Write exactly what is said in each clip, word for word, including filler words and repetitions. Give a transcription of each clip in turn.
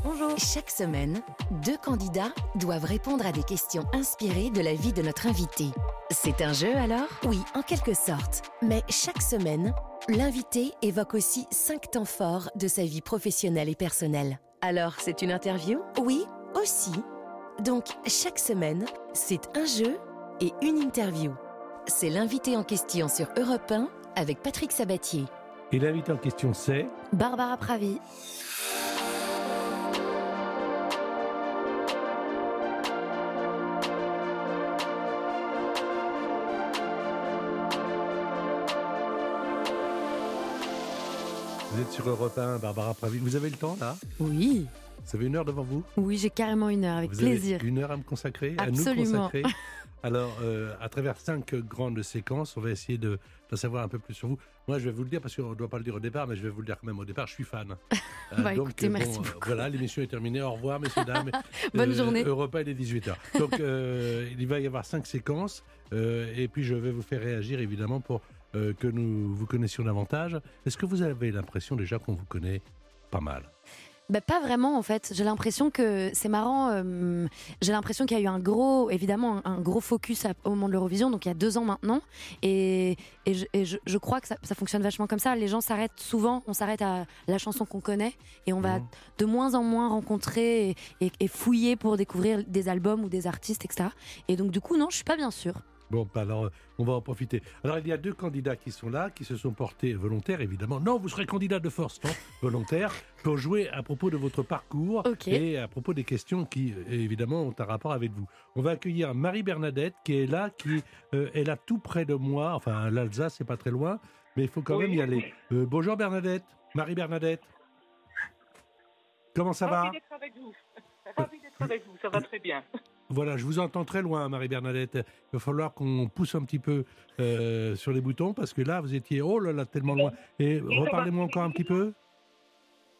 Bonjour. Chaque semaine, deux candidats doivent répondre à des questions inspirées de la vie de notre invité. C'est un jeu alors ? Oui, en quelque sorte. Mais chaque semaine, l'invité évoque aussi cinq temps forts de sa vie professionnelle et personnelle. Alors, c'est une interview ? Oui, aussi. Donc, chaque semaine, c'est un jeu et une interview. C'est l'invité en question sur Europe un avec Patrick Sabatier. Et l'invité en question, c'est Barbara Pravi. Vous êtes sur Europe un, Barbara Pravi. Vous avez le temps, là ? Oui. Vous avez une heure devant vous ? Oui, j'ai carrément une heure, avec vous plaisir. Avez une heure à me consacrer, Absolument. à nous consacrer. Alors, euh, à travers cinq grandes séquences, on va essayer de, de savoir un peu plus sur vous. Moi, je vais vous le dire, parce qu'on ne doit pas le dire au départ, mais je vais vous le dire quand même au départ, je suis fan. Euh, bah, donc, écoutez, bon, merci beaucoup. Voilà, l'émission est terminée. Au revoir, messieurs, dames. Bonne euh, journée. Europe un, il est dix-huit heures. Donc, euh, il va y avoir cinq séquences. Euh, et puis, je vais vous faire réagir, évidemment, pour euh, que nous vous connaissions davantage. Est-ce que vous avez l'impression déjà qu'on vous connaît pas mal ? Bah, pas vraiment en fait, j'ai l'impression que c'est marrant, euh, j'ai l'impression qu'il y a eu un gros, évidemment un, un gros focus à, au moment de l'Eurovision, donc il y a deux ans maintenant, et, et, je, et je, je crois que ça, ça fonctionne vachement comme ça, les gens s'arrêtent souvent, on s'arrête à la chanson qu'on connaît, et on va mmh. de moins en moins rencontrer et, et, et fouiller pour découvrir des albums ou des artistes, et cetera. Et donc du coup non, je suis pas bien sûre. Bon, alors, on va en profiter. Alors, il y a deux candidats qui sont là, qui se sont portés volontaires, évidemment. Non, vous serez candidat de force, non ? Volontaire, pour jouer à propos de votre parcours okay. et à propos des questions qui, évidemment, ont un rapport avec vous. On va accueillir Marie-Bernadette, qui est là, qui euh, est là tout près de moi. Enfin, l'Alsace, c'est pas très loin, mais il faut quand oui. même y aller. Euh, bonjour Bernadette, Marie-Bernadette. Comment ça Ravi va ? d'être avec vous. Ravi d'être avec vous, ça va très bien. Voilà, je vous entends très loin, Marie-Bernadette. Il va falloir qu'on pousse un petit peu euh, sur les boutons, parce que là, vous étiez, oh là là, tellement loin. Et reparlez-moi encore un petit peu. Marie-Bernadette ?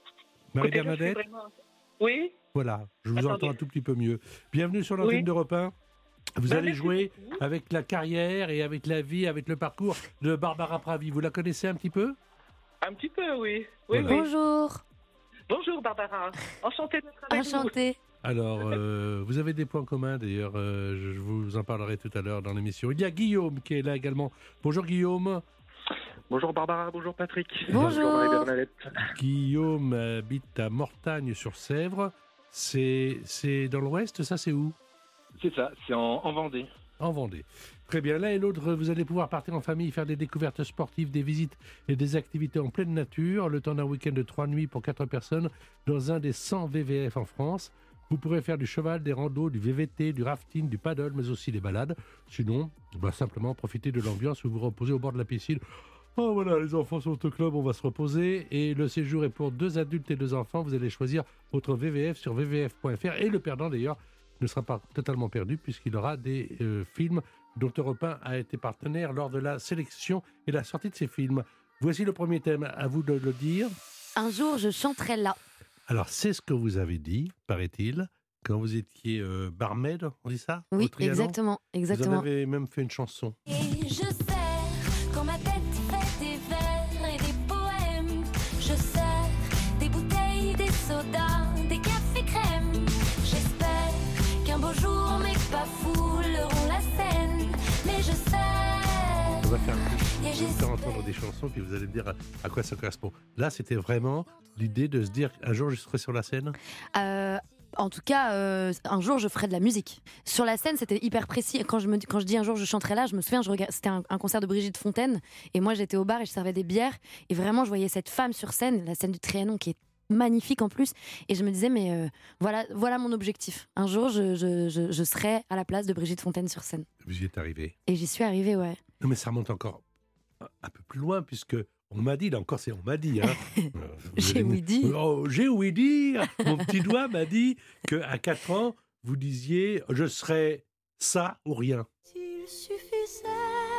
Vraiment... Oui. Voilà, je vous Attendez. entends un tout petit peu mieux. Bienvenue sur l'antenne oui. d'Europe un. Vous ben, allez jouer beaucoup. Avec la carrière et avec la vie, avec le parcours de Barbara Pravi. Vous la connaissez un petit peu ? Un petit peu, oui. Voilà. oui, oui. Bonjour. Bonjour Barbara. Enchantée d'être avec vous. Enchantée. Alors, euh, vous avez des points communs, d'ailleurs, euh, je vous en parlerai tout à l'heure dans l'émission. Il y a Guillaume qui est là également. Bonjour Guillaume. Bonjour Barbara, bonjour Patrick. Bonjour, bonjour Marie-Bernadette. Guillaume habite à Mortagne-sur-Sèvre. C'est, c'est dans l'Ouest, ça c'est où ? C'est ça, c'est en, en Vendée. En Vendée. Très bien. L'un et l'autre, vous allez pouvoir partir en famille, faire des découvertes sportives, des visites et des activités en pleine nature, le temps d'un week-end de trois nuits pour quatre personnes dans un des cent V V F en France. Vous pourrez faire du cheval, des randos, du V V T, du rafting, du paddle, mais aussi des balades. Sinon, bah, simplement profitez de l'ambiance où vous reposez au bord de la piscine. Oh voilà, les enfants sont au club, on va se reposer. Et le séjour est pour deux adultes et deux enfants. Vous allez choisir votre V V F sur v v f point f r. Et le perdant, d'ailleurs, ne sera pas totalement perdu puisqu'il aura des euh, films dont Europe un a été partenaire lors de la sélection et la sortie de ces films. Voici le premier thème, à vous de le dire. Un jour, je chanterai là. Alors, c'est ce que vous avez dit, paraît-il, quand vous étiez euh, barmaid, on dit ça ? Oui, exactement, exactement. Vous en avez même fait une chanson. Et je serre quand ma tête fait des vers et des poèmes. Je serre des bouteilles, des sodas, des cafés crème. J'espère qu'un beau jour mes pas fouleront la scène. Mais je serre. On va faire un peu. Je vais vous faire entendre des chansons, puis vous allez me dire à, à quoi ça correspond. Là, c'était vraiment l'idée de se dire un jour je serai sur la scène. Euh, en tout cas, euh, un jour je ferai de la musique. Sur la scène, c'était hyper précis. Quand je, me, quand je dis un jour je chanterai là, je me souviens, je regarde, c'était un, un concert de Brigitte Fontaine, et moi j'étais au bar et je servais des bières, et vraiment je voyais cette femme sur scène, la scène du Trianon qui est magnifique en plus, et je me disais mais euh, voilà, voilà mon objectif. Un jour je, je, je, je serai à la place de Brigitte Fontaine sur scène. Vous y êtes arrivé. Et j'y suis arrivée, ouais. Non mais ça remonte encore un peu plus loin, puisque on m'a dit, là encore c'est on m'a dit, hein. j'ai ouï dire. Oh, j'ai ouï dire, mon petit doigt m'a dit qu'à quatre ans, vous disiez je serai ça ou rien. S'il suffisait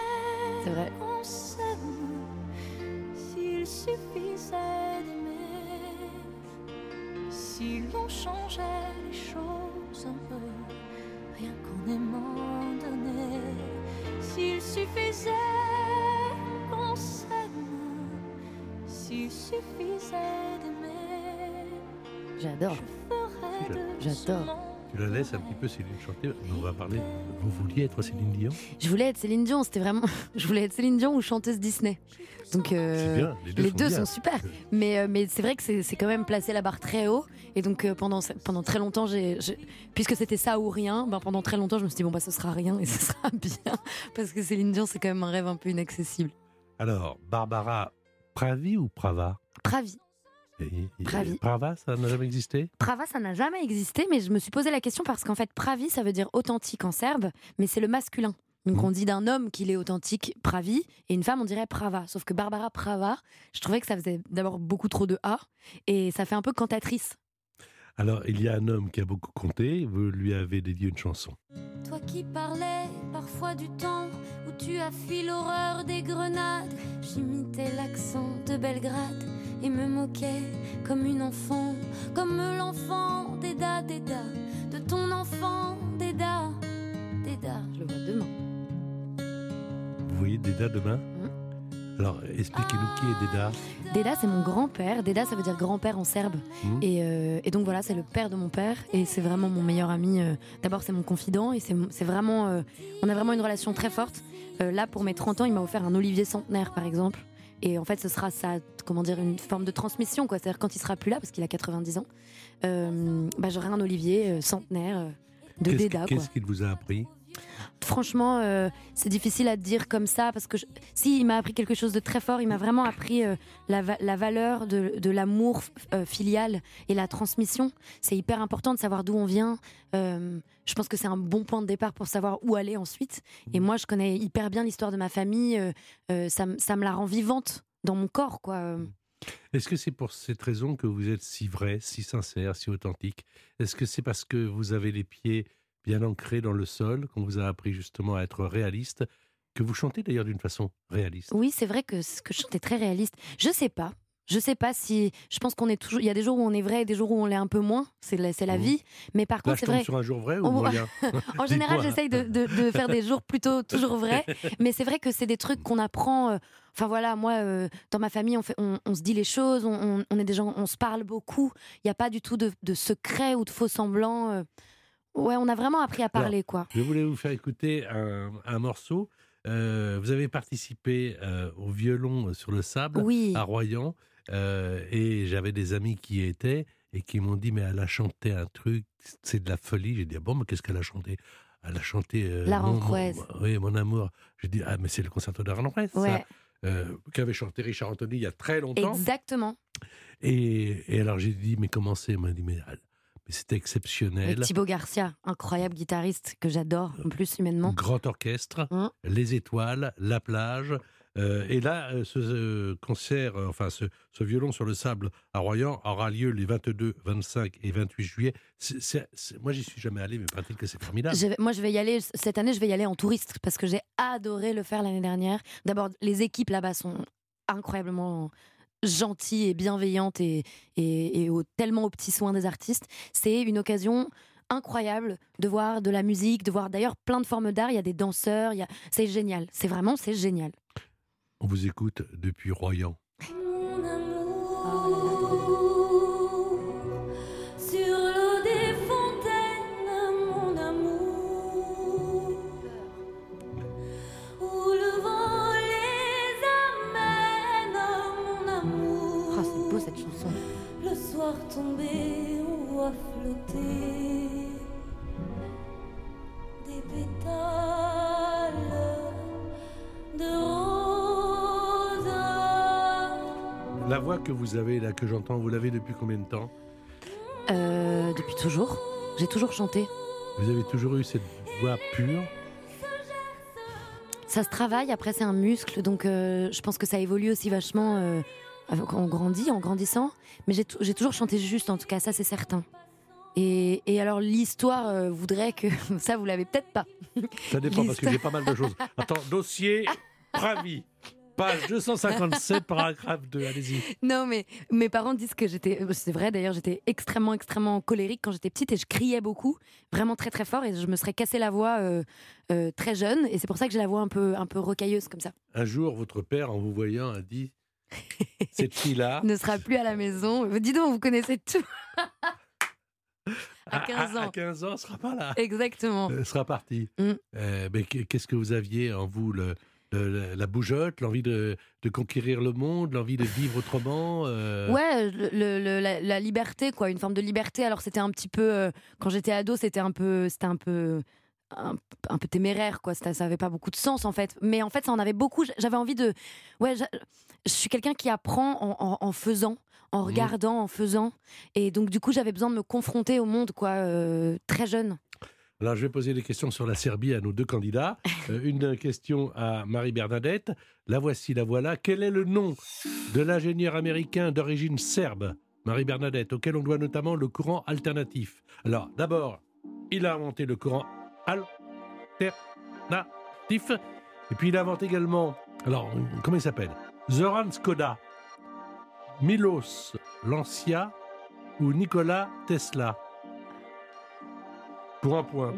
c'est vrai. qu'on s'aime, s'il suffisait d'aimer, si l'on changeait les choses un peu, rien qu'en aimant donner, s'il suffisait qu'on s'aime, s'il suffisait d'aimer, j'adore. Je ferais près de J'adore. doucement. Tu la laisses un petit peu Céline chanter. On va parler. Vous vouliez être Céline Dion? Je voulais être Céline Dion, c'était vraiment. Je voulais être Céline Dion ou chanteuse Disney. Donc euh, C'est bien, les deux les sont deux bien. sont super. Mais, euh, mais c'est vrai que c'est, c'est quand même placé la barre très haut. Et donc euh, pendant, pendant très longtemps, j'ai, j'ai- puisque c'était ça ou rien, ben, pendant très longtemps, je me suis dit, bon, bah, ce sera rien et ce sera bien. Parce que Céline Dion, c'est quand même un rêve un peu inaccessible. Alors, Barbara Pravi ou Prava? Pravi. Et- et- Pravi. Prava, ça n'a jamais existé? Prava, ça n'a jamais existé, mais je me suis posé la question parce qu'en fait, Pravi, ça veut dire authentique en serbe, mais c'est le masculin. Donc Mhm. on dit d'un homme qu'il est authentique, Pravi, et une femme, on dirait Prava. Sauf que Barbara Prava, je trouvais que ça faisait d'abord beaucoup trop de A, et ça fait un peu cantatrice. Alors, il y a un homme qui a beaucoup compté. Vous lui avez dédié une chanson. Toi qui parlais parfois du temps où tu as fui l'horreur des grenades, j'imitais l'accent de Belgrade et me moquais comme une enfant, comme l'enfant d'Eda, d'Eda, de ton enfant d'Eda, d'Eda. Je le vois demain. Vous voyez Déda demain? Alors, expliquez-nous qui est Déda. Deda, c'est mon grand-père. Deda, ça veut dire grand-père en serbe. Mhm. Et, euh, et donc voilà, c'est le père de mon père. Et c'est vraiment mon meilleur ami. euh, D'abord, c'est mon confident. Et c'est, mon- c'est vraiment. euh, on a vraiment une relation très forte. Euh, là, pour mes trente ans, il m'a offert un olivier centenaire, par exemple. Et en fait, ce sera ça, comment dire, une forme de transmission, quoi. C'est-à-dire quand il sera plus là, parce qu'il a quatre-vingt-dix ans, euh, bah, j'aurai un olivier euh, centenaire euh, de Qu'est-ce, Deda, quoi. qu'est-ce qu'il vous a appris? Franchement, euh, c'est difficile à dire comme ça parce que je- si il m'a appris quelque chose de très fort, il m'a vraiment appris euh, la, va- la valeur de, de l'amour f- euh, filial et la transmission. C'est hyper important de savoir d'où on vient. Euh, je pense que c'est un bon point de départ pour savoir où aller ensuite. Et moi, je connais hyper bien l'histoire de ma famille. euh, euh, ça, m- ça me la rend vivante dans mon corps, quoi. Euh, Est-ce que c'est pour cette raison que vous êtes si vrai, si sincère, si authentique? Est-ce que c'est parce que vous avez les pieds bien ancrés dans le sol, qu'on vous a appris justement à être réaliste, que vous chantez d'ailleurs d'une façon réaliste? Oui, c'est vrai que ce que je chante est très réaliste. Je sais pas. Je sais pas si. Je pense qu'on est toujours. Il y a des jours où on est vrai et des jours où on l'est un peu moins. C'est la, c'est la Mhm. vie. Mais par Là, contre, je c'est tombe vrai. sur un jour vrai ou On- moyen? En général, Dites-moi. j'essaye de, de- de faire des jours plutôt toujours vrais. Mais c'est vrai que c'est des trucs qu'on apprend. euh, Enfin voilà, moi, euh, dans ma famille, on, fait, on, on se dit les choses, on, on- on est des gens, on se parle beaucoup. Il n'y a pas du tout de, de secret ou de faux semblants. euh. Ouais, on a vraiment appris à parler, quoi. Je voulais vous faire écouter un, un morceau. Euh, vous avez participé euh, au violon sur le sable Oui. à Royan, euh, et j'avais des amis qui y étaient et qui m'ont dit mais elle a chanté un truc, c'est de la folie. J'ai dit ah bon, mais qu'est-ce qu'elle a chanté? Elle a chanté euh, La mon, Renfroise. mon- oui, mon amour. J'ai dit ah mais c'est le concerto de la Renfroise, ça, Ouais, euh, qu'avait chanté Richard Anthony il y a très longtemps. exactement. Et, et alors j'ai dit mais comment c'est? Il m'a dit mais, mais c'était Avec exceptionnel. Thibaut Garcia, incroyable guitariste que j'adore, en plus humainement. Grand orchestre, Hein. les étoiles, la plage. Euh, et là, euh, ce euh, concert, euh, enfin ce, ce violon sur le sable à Royan aura lieu les vingt-deux, vingt-cinq et vingt-huit juillet. C'est- c'est- c'est- moi, j'y suis jamais allé, mais paraît-il que c'est formidable. Je vais- moi, je vais y aller cette année. Je vais y aller en touriste parce que j'ai adoré le faire l'année dernière. D'abord, les équipes là-bas sont incroyablement gentilles et bienveillantes et, et, et au, tellement aux petits soins des artistes. C'est une occasion incroyable de voir de la musique, de voir d'ailleurs plein de formes d'art. Il y a des danseurs, il y a... c'est génial. C'est vraiment, c'est génial. On vous écoute depuis Royan. Mon amour, sur l'eau des fontaines, mon amour, où le vent les amène, mon amour. Oh, c'est beau cette chanson. Le soir tombé, on voit flotter des pétales de rose. La voix que vous avez là, que j'entends, vous l'avez depuis combien de temps? Euh, depuis toujours. J'ai toujours chanté. Vous avez toujours eu cette voix pure? Ça se travaille, après c'est un muscle, donc euh, je pense que ça évolue aussi vachement euh, quand on grandit, en grandissant. Mais j'ai, t- j'ai toujours chanté juste, en tout cas, ça c'est certain. Et, et alors l'histoire euh, voudrait que... Ça, vous l'avez peut-être pas. Ça dépend, parce que L'histoire- j'ai pas mal de choses. Attends, dossier Pravi, page deux cent cinquante-sept, paragraphe deux, allez-y. Non, mais mes parents disent que j'étais... C'est vrai, d'ailleurs, j'étais extrêmement, extrêmement colérique quand j'étais petite et je criais beaucoup, vraiment très, très fort. Et je me serais cassé la voix euh, euh, très jeune. Et c'est pour ça que j'ai la voix un peu, un peu rocailleuse comme ça. Un jour, votre père, en vous voyant, a dit cette fille-là, Ne sera plus à la maison. Dis donc, vous connaissez tout. à quinze ans. À, à quinze ans, sera pas là. Exactement. Euh, sera parti. Mm. Euh, mais qu'est-ce que vous aviez en vous le, le, la bougeotte, l'envie de, de conquérir le monde, l'envie de vivre autrement euh... Ouais, le, le, la, la liberté, quoi, une forme de liberté. Alors c'était un petit peu, euh, quand j'étais ado, c'était un peu, c'était un peu, un, un peu téméraire, quoi. Ça, ça avait pas beaucoup de sens en fait. Mais en fait, ça en avait beaucoup. J'avais envie de, ouais, je suis quelqu'un qui apprend en, en, en faisant, en regardant, mmh. en faisant. Et donc du coup, j'avais besoin de me confronter au monde, quoi, euh, très jeune. Alors, je vais poser des questions sur la Serbie à nos deux candidats. Euh, une question à Marie-Bernadette. La voici, la voilà. Quel est le nom de l'ingénieur américain d'origine serbe, Marie-Bernadette, auquel on doit notamment le courant alternatif? Alors, d'abord, il a inventé le courant alternatif. Et puis, il a inventé également... Alors, comment il s'appelle? Zoran Skoda, Milos Lancia ou Nikola Tesla? Pour un point.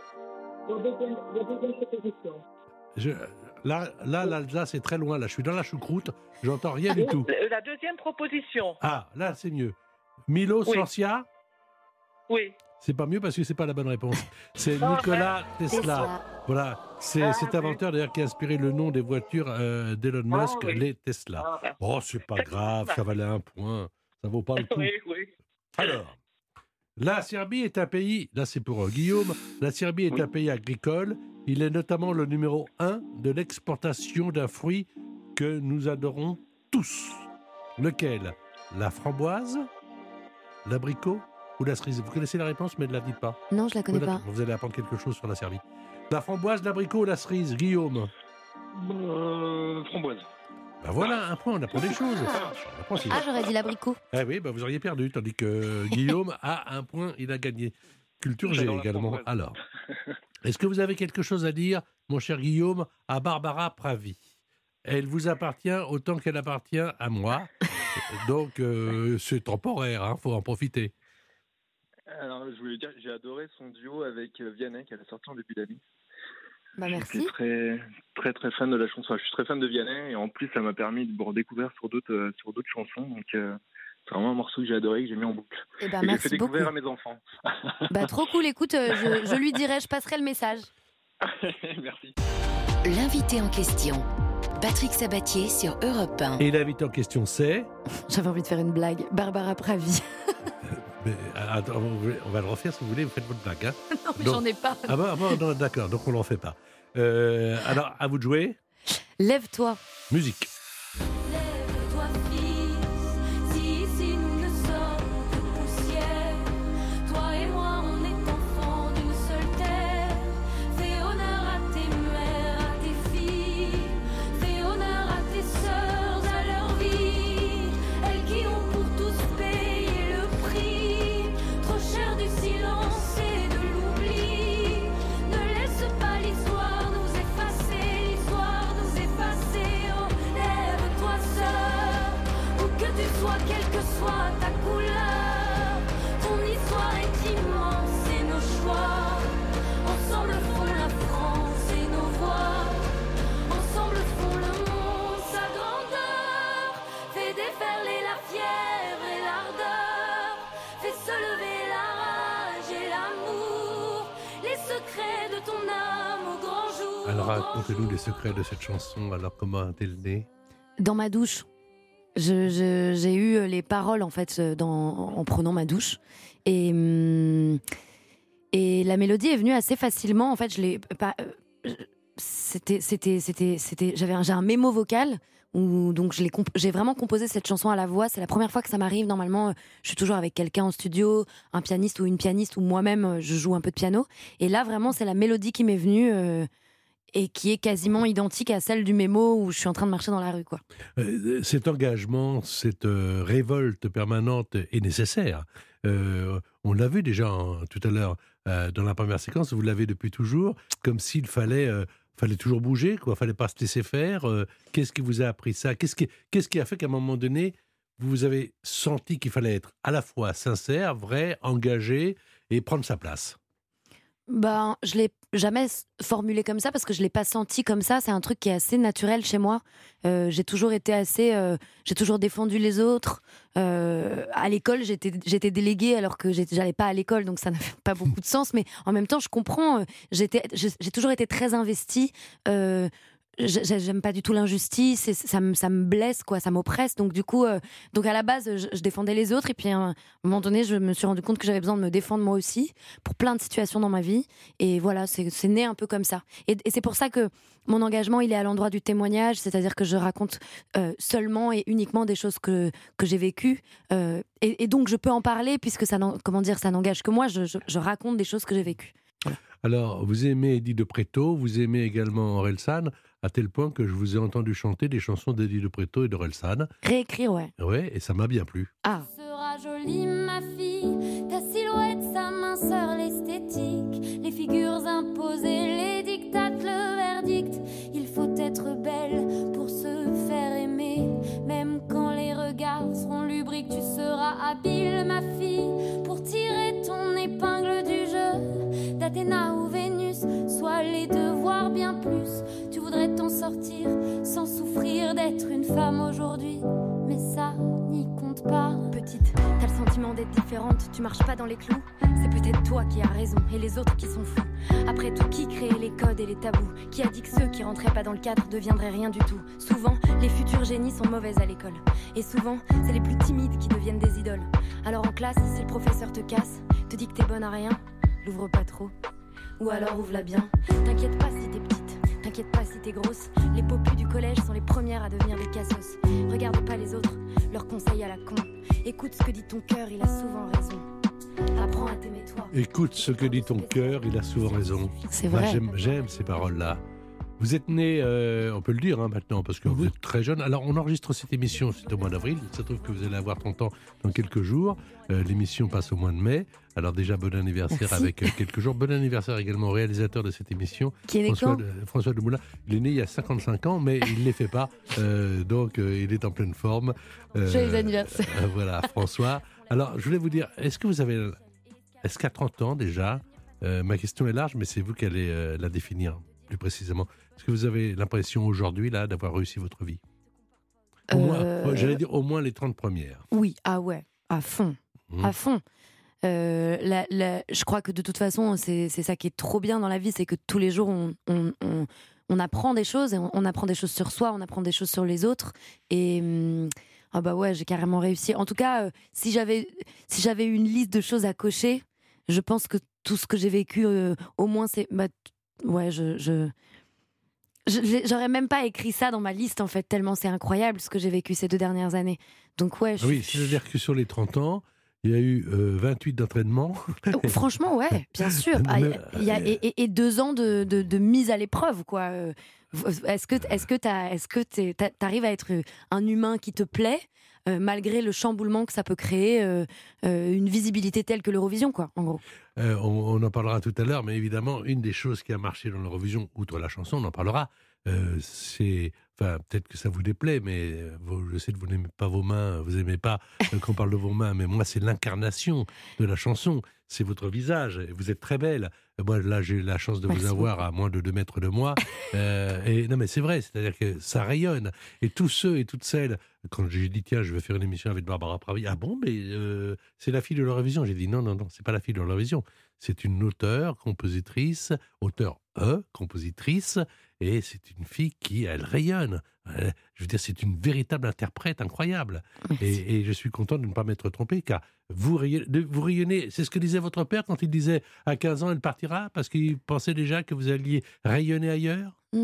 Je, là, là, l'Alsace est très loin. Là, je suis dans la choucroute. J'entends rien du tout. La deuxième proposition. Ah, là, c'est mieux. Milos oui. Lancia. Oui. C'est pas mieux parce que c'est pas la bonne réponse. C'est Nikola Tesla. Tesla. Voilà. C'est ah, cet inventeur d'ailleurs qui a inspiré le nom des voitures euh, d'Elon Musk, ah, oui. les Tesla. Ah, oh, c'est pas grave. Ça valait un point. Ça vaut pas le coup. Oui, oui. Alors. La Serbie est un pays, là c'est pour euh, Guillaume, la Serbie est oui. un pays agricole. Il est notamment le numéro un de l'exportation d'un fruit que nous adorons tous. Lequel? La framboise, l'abricot ou la cerise? Vous connaissez la réponse, mais ne la dites pas. Non, je la connais vous, pas. Vous allez apprendre quelque chose sur la Serbie. La framboise, l'abricot ou la cerise? Guillaume? euh, Framboise. Ben voilà, un point, on apprend des choses. Ah, ah j'aurais dit l'abricot. Eh oui, ben vous auriez perdu, tandis que Guillaume a un point, il a gagné. Culture G également. Alors, est-ce que vous avez quelque chose à dire, mon cher Guillaume, à Barbara Pravi? Elle vous appartient autant qu'elle appartient à moi. Donc, euh, c'est temporaire, il hein, faut en profiter. Alors, je voulais dire, j'ai adoré son duo avec Vianney, qu'elle a sorti en début d'année. Bah merci. Je suis très, très, très fan de la chanson. Je suis très fan de Vianney et en plus, ça m'a permis de me redécouvrir sur d'autres, euh, sur d'autres chansons. Donc, euh, c'est vraiment un morceau que j'ai adoré, que j'ai mis en boucle. Et bah, et merci j'ai fait découvrir beaucoup. à mes enfants. Bah, trop cool. Écoute, euh, je, je lui dirai, je passerai le message. Merci. L'invité en question, Patrick Sabatier sur Europe un. Et l'invité en question, c'est... J'avais envie de faire une blague. Barbara Pravi. Mais, attends, on va le refaire si vous voulez, vous faites votre blague. Hein. Non, mais donc, j'en ai pas. Ah bon, ah bon non, d'accord, donc on ne l'en fait pas. Euh, alors, à vous de jouer. Lève-toi. Musique. Lève-toi, fils, si ici nous ne sommes que poussière. Toi et moi, on est enfants d'une seule terre. Fais honneur à tes mères, à tes filles. Fais honneur à tes sœurs, à leur vie. Elles qui ont pour tous payé le prix. Trop cher du silence et de l'oubli. Ne laisse pas l'histoire nous effacer, l'histoire nous effacer. Oh, lève-toi, sœur, où que tu sois, quelle que soit ta couleur. Ton histoire est immense et nos choix. Ensemble font la France et nos voix. Ensemble font le monde, sa grandeur. Fais déferler la fièvre et l'ardeur. Fais se lever la rage et l'amour. Les secrets de ton âme au grand jour. Alors, racontez-nous les secrets de cette chanson. Alors, comment est-elle née? Dans ma douche. Je, je, j'ai eu les paroles en fait dans, en prenant ma douche et hum, et la mélodie est venue assez facilement en fait. Je l'ai pas. euh, C'était c'était c'était c'était. J'avais un, j'ai un mémo vocal où donc je l'ai comp- j'ai vraiment composé cette chanson à la voix. C'est la première fois que ça m'arrive. Normalement, euh, je suis toujours avec quelqu'un en studio, un pianiste ou une pianiste ou moi-même. euh, Je joue un peu de piano. Et là vraiment, c'est la mélodie qui m'est venue. Euh, et qui est quasiment identique à celle du mémo où je suis en train de marcher dans la rue, quoi. Euh, cet engagement, cette euh, révolte permanente est nécessaire. Euh, on l'a vu déjà hein, tout à l'heure euh, dans la première séquence, vous l'avez depuis toujours, comme s'il fallait, euh, fallait toujours bouger, quoi, fallait pas se laisser faire. Euh, qu'est-ce qui vous a appris ça? Qu'est-ce qui, qu'est-ce qui a fait qu'à un moment donné, vous avez senti qu'il fallait être à la fois sincère, vrai, engagé et prendre sa place? Ben, je l'ai, jamais formulé comme ça parce que je l'ai pas senti comme ça. C'est un truc qui est assez naturel chez moi. Euh, j'ai toujours été assez, euh, j'ai toujours défendu les autres. Euh, à l'école, j'étais, j'étais déléguée alors que j'étais, j'allais pas à l'école, donc ça n'a pas beaucoup de sens. Mais en même temps, je comprends. J'étais, j'ai, j'ai toujours été très investie. Euh, J'aime pas du tout l'injustice et ça me, ça me blesse, quoi, ça m'oppresse. Donc, du coup, euh, donc à la base, je, je défendais les autres. Et puis, à un moment donné, je me suis rendu compte que j'avais besoin de me défendre moi aussi pour plein de situations dans ma vie. Et voilà, c'est, c'est né un peu comme ça. Et, et c'est pour ça que mon engagement, il est à l'endroit du témoignage. C'est-à-dire que je raconte euh, seulement et uniquement des choses que, que j'ai vécues. Euh, et, et donc, je peux en parler puisque ça, comment dire, ça n'engage que moi. Je, je, je raconte des choses que j'ai vécues. Voilà. Alors, vous aimez Eddie de Pretto, vous aimez également Orelsan, à tel point que je vous ai entendu chanter des chansons d'Eddie de Pretto et d'Orelsan. Réécrire, ouais. Ouais, et ça m'a bien plu. Ah. Tu seras jolie, ma fille, ta silhouette, sa minceur, l'esthétique, les figures imposées, les dictates, le verdict. Il faut être belle pour se faire aimer, même quand les regards seront lubriques. Tu seras habile, ma fille, pour tirer ton épingle du jeu, d'Athéna ou Vénus, soit les deux, voire bien plus. Tu voudrais t'en sortir sans souffrir d'être une femme aujourd'hui, mais ça n'y compte pas. Petite, t'as le sentiment d'être différente, tu marches pas dans les clous. C'est peut-être toi qui as raison et les autres qui sont fous. Après tout, qui créait les codes et les tabous? Qui a dit que ceux qui rentraient pas dans le cadre deviendraient rien du tout? Souvent, les futurs génies sont mauvaises à l'école. Et souvent, c'est les plus timides qui deviennent des idoles. Alors en classe, si le professeur te casse, te dit que t'es bonne à rien, l'ouvre pas trop. Ou alors ouvre-la bien. T'inquiète pas si t'es petite, t'inquiète pas si t'es grosse. Les popus du collège sont les premières à devenir des cassos. Regarde pas les autres, leurs conseils à la con. Écoute ce que dit ton cœur, il a souvent raison. Apprends à t'aimer toi. Écoute ce que dit ton cœur, il a souvent raison. C'est vrai. Moi, j'aime, j'aime ces paroles-là. Vous êtes né, euh, on peut le dire hein, maintenant, parce que vous êtes très jeune. Alors, on enregistre cette émission, c'est au mois d'avril. Il se trouve que vous allez avoir trente ans dans quelques jours. Euh, l'émission passe au mois de mai. Alors déjà, bon anniversaire. Merci. Avec euh, quelques jours. Bon anniversaire également au réalisateur de cette émission, qui est né François, quand de, François de Moulin. Il est né il y a cinquante-cinq ans, mais il ne les fait pas. Euh, donc, euh, il est en pleine forme. Euh, Joyeux anniversaire. Euh, voilà, François. Alors, je voulais vous dire, est-ce que vous avez... Est-ce qu'à trente ans déjà, euh, ma question est large, mais c'est vous qui allez euh, la définir plus précisément. Est-ce que vous avez l'impression aujourd'hui là d'avoir réussi votre vie? Au euh... moins, j'allais dire au moins les trente premières. Oui, ah ouais, à fond, mmh. à fond. Euh, la, la, je crois que de toute façon, c'est, c'est ça qui est trop bien dans la vie, c'est que tous les jours, on, on, on, on apprend des choses, et on, on apprend des choses sur soi, on apprend des choses sur les autres. Et hum, ah bah ouais, j'ai carrément réussi. En tout cas, euh, si j'avais, si j'avais une liste de choses à cocher, je pense que tout ce que j'ai vécu, euh, au moins, c'est, bah, ouais, je, je, je, j'aurais même pas écrit ça dans ma liste en fait, tellement c'est incroyable ce que j'ai vécu ces deux dernières années. Donc ouais. Je, oui, c'est-à-dire que sur les trente ans. Il y a eu euh, vingt-huit d'entraînement. Franchement, ouais, bien sûr. Ah, il y a, et, et, et deux ans de, de, de mise à l'épreuve, quoi. Est-ce que, est-ce que t'as, est-ce que t'arrives à être un humain qui te plaît, euh, malgré le chamboulement que ça peut créer, euh, euh, une visibilité telle que l'Eurovision, quoi, en gros. Euh, on, on en parlera tout à l'heure, mais évidemment, une des choses qui a marché dans l'Eurovision, outre la chanson, on en parlera, euh, c'est... Enfin, peut-être que ça vous déplaît, mais vous, je sais que vous n'aimez pas vos mains, vous n'aimez pas euh, qu'on parle de vos mains, mais moi, c'est l'incarnation de la chanson, c'est votre visage, et vous êtes très belle. Moi, là, j'ai eu la chance de Merci. vous avoir à moins de deux mètres de moi. Euh, et non, mais c'est vrai, c'est-à-dire que ça rayonne. Et tous ceux et toutes celles, quand j'ai dit, tiens, je vais faire une émission avec Barbara Pravi, ah bon, mais euh, c'est la fille de l'Eurovision. J'ai dit, non, non, non, c'est pas la fille de l'Eurovision. C'est une auteure, compositrice, auteure E, compositrice, et c'est une fille qui, elle rayonne. Elle, je veux dire, c'est une véritable interprète incroyable. Et, et je suis content de ne pas m'être trompé, car vous rayonnez, vous rayonnez, c'est ce que disait votre père quand il disait à quinze ans, elle partira, parce qu'il pensait déjà que vous alliez rayonner ailleurs. Mmh,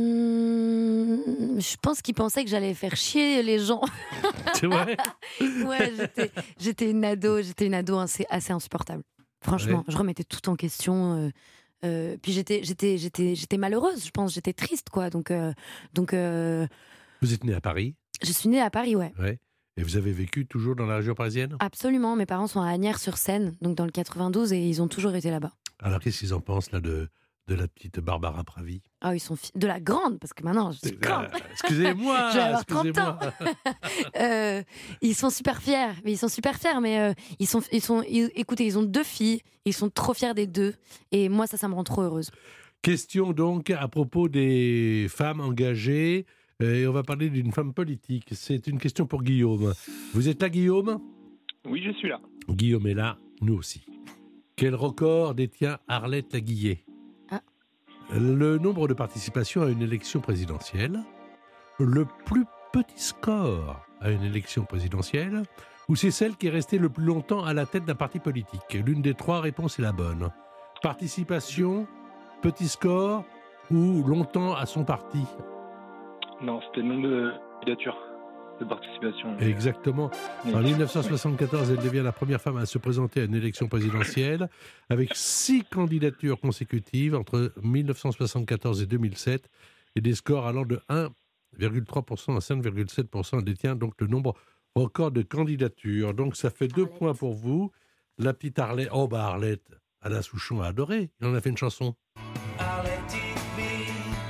je pense qu'il pensait que j'allais faire chier les gens. C'est vrai. Ouais, j'étais, j'étais une ado, j'étais une ado assez, assez insupportable. Franchement, ouais. Je remettais tout en question. Euh, euh, puis j'étais, j'étais, j'étais, j'étais malheureuse, je pense. J'étais triste, quoi. Donc, euh, donc. Euh, vous êtes née à Paris? Je suis née à Paris, ouais. Ouais. Et vous avez vécu toujours dans la région parisienne? Absolument. Mes parents sont à Asnières-sur-Seine, donc dans le quatre-vingt-douze, et ils ont toujours été là-bas. Alors, qu'est-ce qu'ils en pensent là de de la petite Barbara Pravi? Ah, oh, ils sont fi- de la grande, parce que maintenant je suis grande. Euh, excusez-moi, je vais avoir excusez-moi. trente ans. euh, ils sont super fiers, mais ils sont super fiers, mais euh, ils sont, ils sont, ils, écoutez, ils ont deux filles, ils sont trop fiers des deux, et moi ça, ça me rend trop heureuse. Question donc à propos des femmes engagées. Et on va parler d'une femme politique. C'est une question pour Guillaume. Vous êtes là, Guillaume ? Oui, je suis là. Guillaume est là, nous aussi. Quel record détient Arlette Laguillet ? Ah. Le nombre de participations à une élection présidentielle, le plus petit score à une élection présidentielle, ou c'est celle qui est restée le plus longtemps à la tête d'un parti politique ? L'une des trois réponses est la bonne. Participation, petit score ou longtemps à son parti ? Non, c'était le nombre de candidatures de participation. Exactement. En dix-neuf cent soixante-quatorze, elle devient la première femme à se présenter à une élection présidentielle avec six candidatures consécutives entre dix-neuf cent soixante-quatorze et deux mille sept et des scores allant de un virgule trois pour cent à cinq virgule sept pour cent. Elle détient donc le nombre record de candidatures. Donc ça fait deux Arlette. points pour vous. La petite Arlette, oh bah Arlette, Alain Souchon a adoré. Il en a fait une chanson. Arlette it be,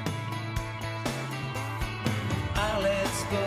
Arlette's go.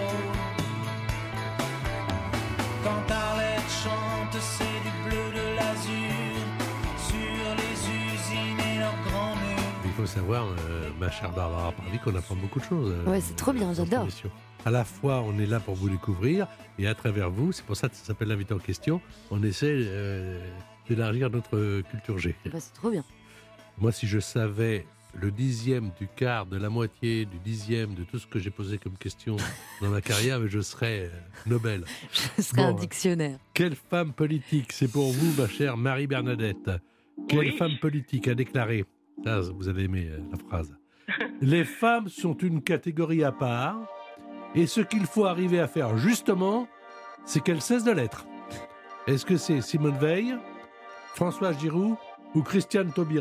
Quand Arlette chante, c'est du bleu de l'azur sur les usines et leurs grands murs. Il faut savoir, euh, ma chère Barbara Pravi, qu'on apprend beaucoup de choses. euh, Ouais, c'est trop bien, dans cette j'adore. émission. À la fois, on est là pour vous découvrir, et à travers vous, c'est pour ça que ça s'appelle l'invité en question, on essaie euh, d'élargir notre culture G. Bah, c'est trop bien. Moi, si je savais le dixième du quart, de la moitié, du dixième de tout ce que j'ai posé comme question dans ma carrière, mais je serais euh, Nobel. Je serais Bon, un dictionnaire. Quelle femme politique, c'est pour vous, ma chère Marie-Bernadette, quelle Oui. femme politique a déclaré, là, vous allez aimer euh, la phrase, les femmes sont une catégorie à part, et ce qu'il faut arriver à faire justement, c'est qu'elles cessent de l'être. Est-ce que c'est Simone Veil, Françoise Giroud ou Christiane Taubira ?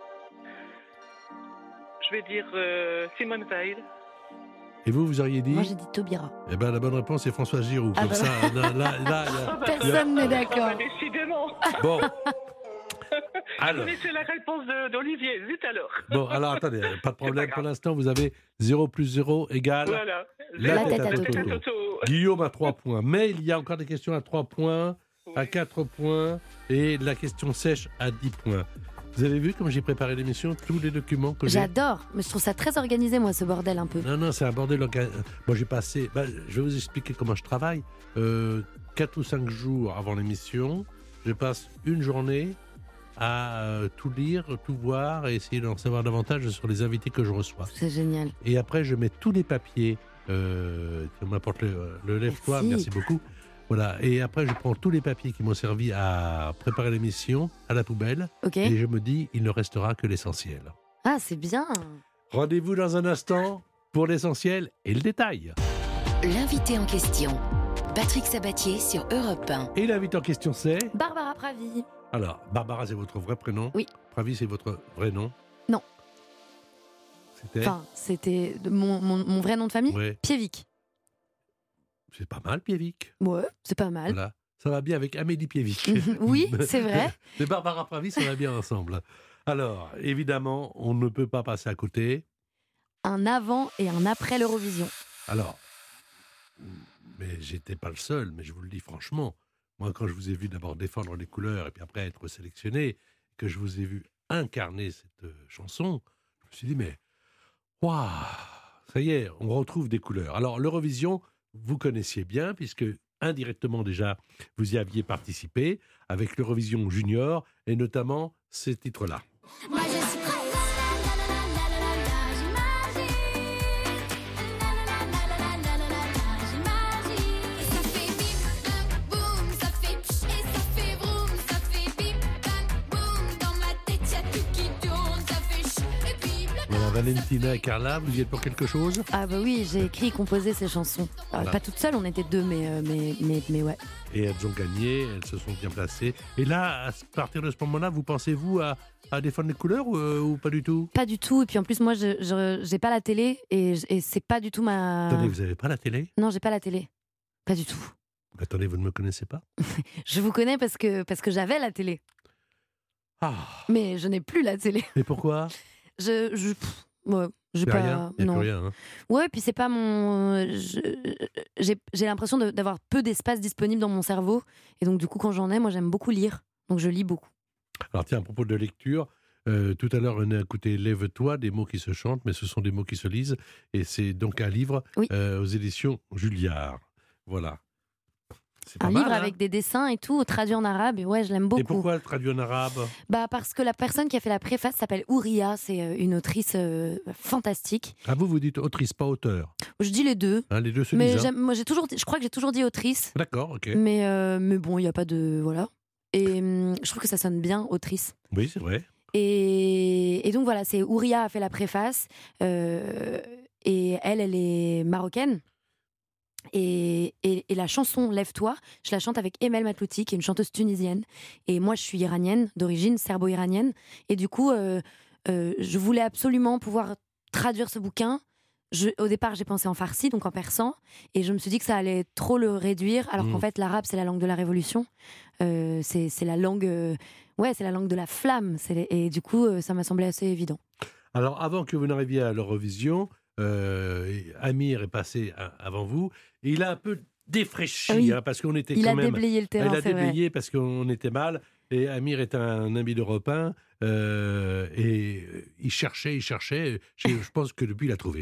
Je vais dire euh, Simone Veil. Et vous, vous auriez dit Moi, j'ai dit Taubira. Eh bien, la bonne réponse est Françoise Giroud. Ah Comme bah ça, là, là, là, il y a- Personne n'est d'accord. Ah, bah, décidément. Bon. Je Alors, connaissais la réponse de- d'Olivier. Zut alors. bon, alors attendez, pas de problème. grave. Pour l'instant, vous avez zéro plus zéro égale. Voilà. La La Zéro. tête à Toto. Toto. Toto. Guillaume a trois points. Mais il y a encore des questions à trois points, à Oui. quatre points et la question sèche à dix points. Vous avez vu comme j'ai préparé l'émission, tous les documents que j'ai. J'adore. Mais je trouve ça très organisé, moi, ce bordel, un peu. Non, non, c'est un bordel. orga- Moi, j'ai passé. bah, je vais vous expliquer comment je travaille. Euh, quatre ou cinq jours avant l'émission, je passe une journée à euh, tout lire, tout voir et essayer d'en savoir davantage sur les invités que je reçois. C'est génial. Et après, je mets tous les papiers. Euh, tu m'apportes le, le lève-toi, Merci. merci beaucoup. Voilà. Et après, je prends tous les papiers qui m'ont servi à préparer l'émission à la poubelle. Ok. Et je me dis, il ne restera que l'essentiel. Ah, c'est bien. Rendez-vous dans un instant pour l'essentiel et le détail. L'invité en question. Patrick Sabatier sur Europe un. Et l'invité en question, c'est... Barbara Pravi. Alors, Barbara, c'est votre vrai prénom ? Oui. Pravi, c'est votre vrai nom ? Non. C'était... Enfin, c'était de mon, mon, mon vrai nom de famille. Ouais. Pievik. C'est pas mal, Pievik. Ouais, c'est pas mal. Voilà. Ça va bien avec Amélie Pievik. Oui, c'est vrai. Et Barbara Pravi, ça va bien ensemble. Alors, évidemment, on ne peut pas passer à côté. Un avant et un après l'Eurovision. Alors, mais j'étais pas le seul, mais je vous le dis franchement. Moi, quand je vous ai vu d'abord défendre les couleurs et puis après être sélectionné, que je vous ai vu incarner cette euh, chanson, je me suis dit, mais, waouh, ça y est, on retrouve des couleurs. Alors, l'Eurovision, vous connaissiez bien, puisque indirectement déjà, vous y aviez participé avec l'Eurovision Junior et notamment ces titres-là. Moi je suis prête. La la la la la la la, j'imagine. La la la la la la la la, j'imagine. Ça fait bip, bang, boum, ça fait pch et ça fait vroom, ça fait bip, bang, boum. Dans ma tête y'a tout qui tourne, ça fait ch et puis blabla. Voilà, Valentina et Carla, vous y êtes pour quelque chose ? Ah bah oui, j'ai écrit et composé ces chansons. Alors, Voilà. Pas toute seule, on était deux, mais, euh, mais, mais, mais ouais. Et elles ont gagné, elles se sont bien placées. Et là, à partir de ce moment-là, vous pensez-vous à, à défendre les couleurs ou, euh, ou pas du tout ? Pas du tout. Et puis en plus, moi, je, je j'ai pas la télé et, je- et c'est pas du tout ma. Attendez, vous n'avez pas la télé ? Non, j'ai pas la télé. Pas du tout. Mais attendez, vous ne me connaissez pas ? Je vous connais parce que, parce que j'avais la télé. Ah, Mais je n'ai plus la télé. mais pourquoi ? Je. je pff, ouais, j'ai Plus pas. rien, il n'y a non. plus rien. hein. Ouais, puis c'est pas mon. je- J'ai j'ai l'impression de- d'avoir peu d'espace disponible dans mon cerveau. Et donc, du coup, quand j'en ai, moi, j'aime beaucoup lire. Donc, je lis beaucoup. Alors tiens, à propos de lecture, Euh, tout à l'heure, on a écouté Lève-toi, des mots qui se chantent, mais ce sont des mots qui se lisent. Et c'est donc un livre Oui. euh, aux éditions Julliard. Voilà. C'est pas Un mal, livre hein. avec des dessins et tout, traduit en arabe. Et ouais, je l'aime beaucoup. Et pourquoi le traduit en arabe? Bah parce que la personne qui a fait la préface s'appelle Ouria, c'est euh, une autrice euh, fantastique. Ah, vous, vous dites autrice, pas auteur. Je dis les deux. Hein, les deux se Mais lisent. hein. j'aime- moi j'ai toujours, dit- je crois que j'ai toujours dit autrice. D'accord, ok. Mais euh, mais bon, il y a pas de voilà. Et hum, je trouve que ça sonne bien autrice. Oui, c'est vrai. Et, et donc voilà, c'est Ouria a fait la préface. euh, et elle, elle est marocaine. Et, et, et la chanson Lève-toi, je la chante avec Emel Matlouti, qui est une chanteuse tunisienne. Et moi, je suis iranienne, d'origine serbo-iranienne. Et du coup, euh, euh, je voulais absolument pouvoir traduire ce bouquin. Je, au départ, j'ai pensé en farsi, donc en persan. Et je me suis dit que ça allait trop le réduire, alors Mmh. qu'en fait, l'arabe, c'est la langue de la révolution. Euh, c'est, c'est la langue... euh, ouais, c'est la langue de la flamme. C'est les- et du coup, euh, ça m'a semblé assez évident. Alors, avant que vous n'arriviez à l'Eurovision, euh, Amir est passé à- avant vous. Et il a un peu défraîchi, Oui. hein, parce qu'on était Il quand a même... déblayé le terrain, Il a c'est vrai. déblayé parce qu'on était mal. Et Amir est un ami d'Europe un. euh, et euh, il cherchait, il cherchait. Je, je pense que depuis, il a trouvé.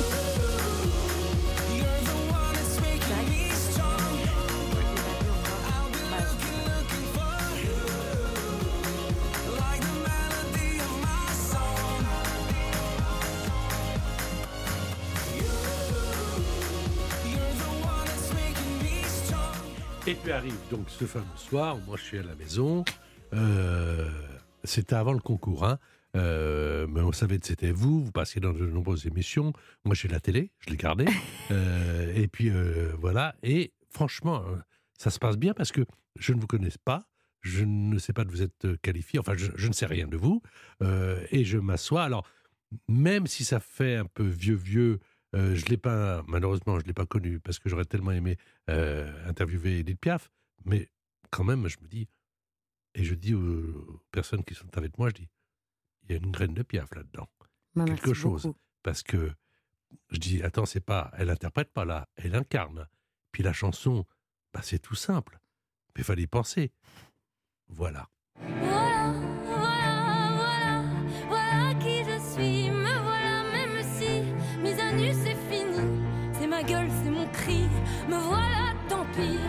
Et puis arrive donc ce fameux soir où moi je suis à la maison. Euh, c'était avant le concours, hein. Euh, mais on savait que c'était vous. Vous passiez dans de nombreuses émissions. Moi j'ai la télé, je l'ai gardée. Euh, et puis euh, voilà. Et franchement, euh, ça se passe bien parce que je ne vous connais pas. Je ne sais pas de vous êtes qualifié. Enfin, je, je ne sais rien de vous. Euh, et je m'assois. Alors, même si ça fait un peu vieux vieux. Euh, je l'ai pas, malheureusement, je l'ai pas connu parce que j'aurais tellement aimé euh, interviewer Edith Piaf, mais quand même, je me dis, et je dis aux, aux personnes qui sont avec moi, je dis, il y a une graine de Piaf là-dedans, Bah, quelque merci chose, beaucoup. parce que je dis, attends, c'est pas, elle interprète pas là, elle incarne. Puis la chanson, bah, c'est tout simple, mais fallait y penser. Voilà. Voilà, voilà, voilà, voilà qui je suis. Me voilà, même si mise à nu c'est fini. C'est ma gueule, c'est mon cri. Me voilà, tant pis.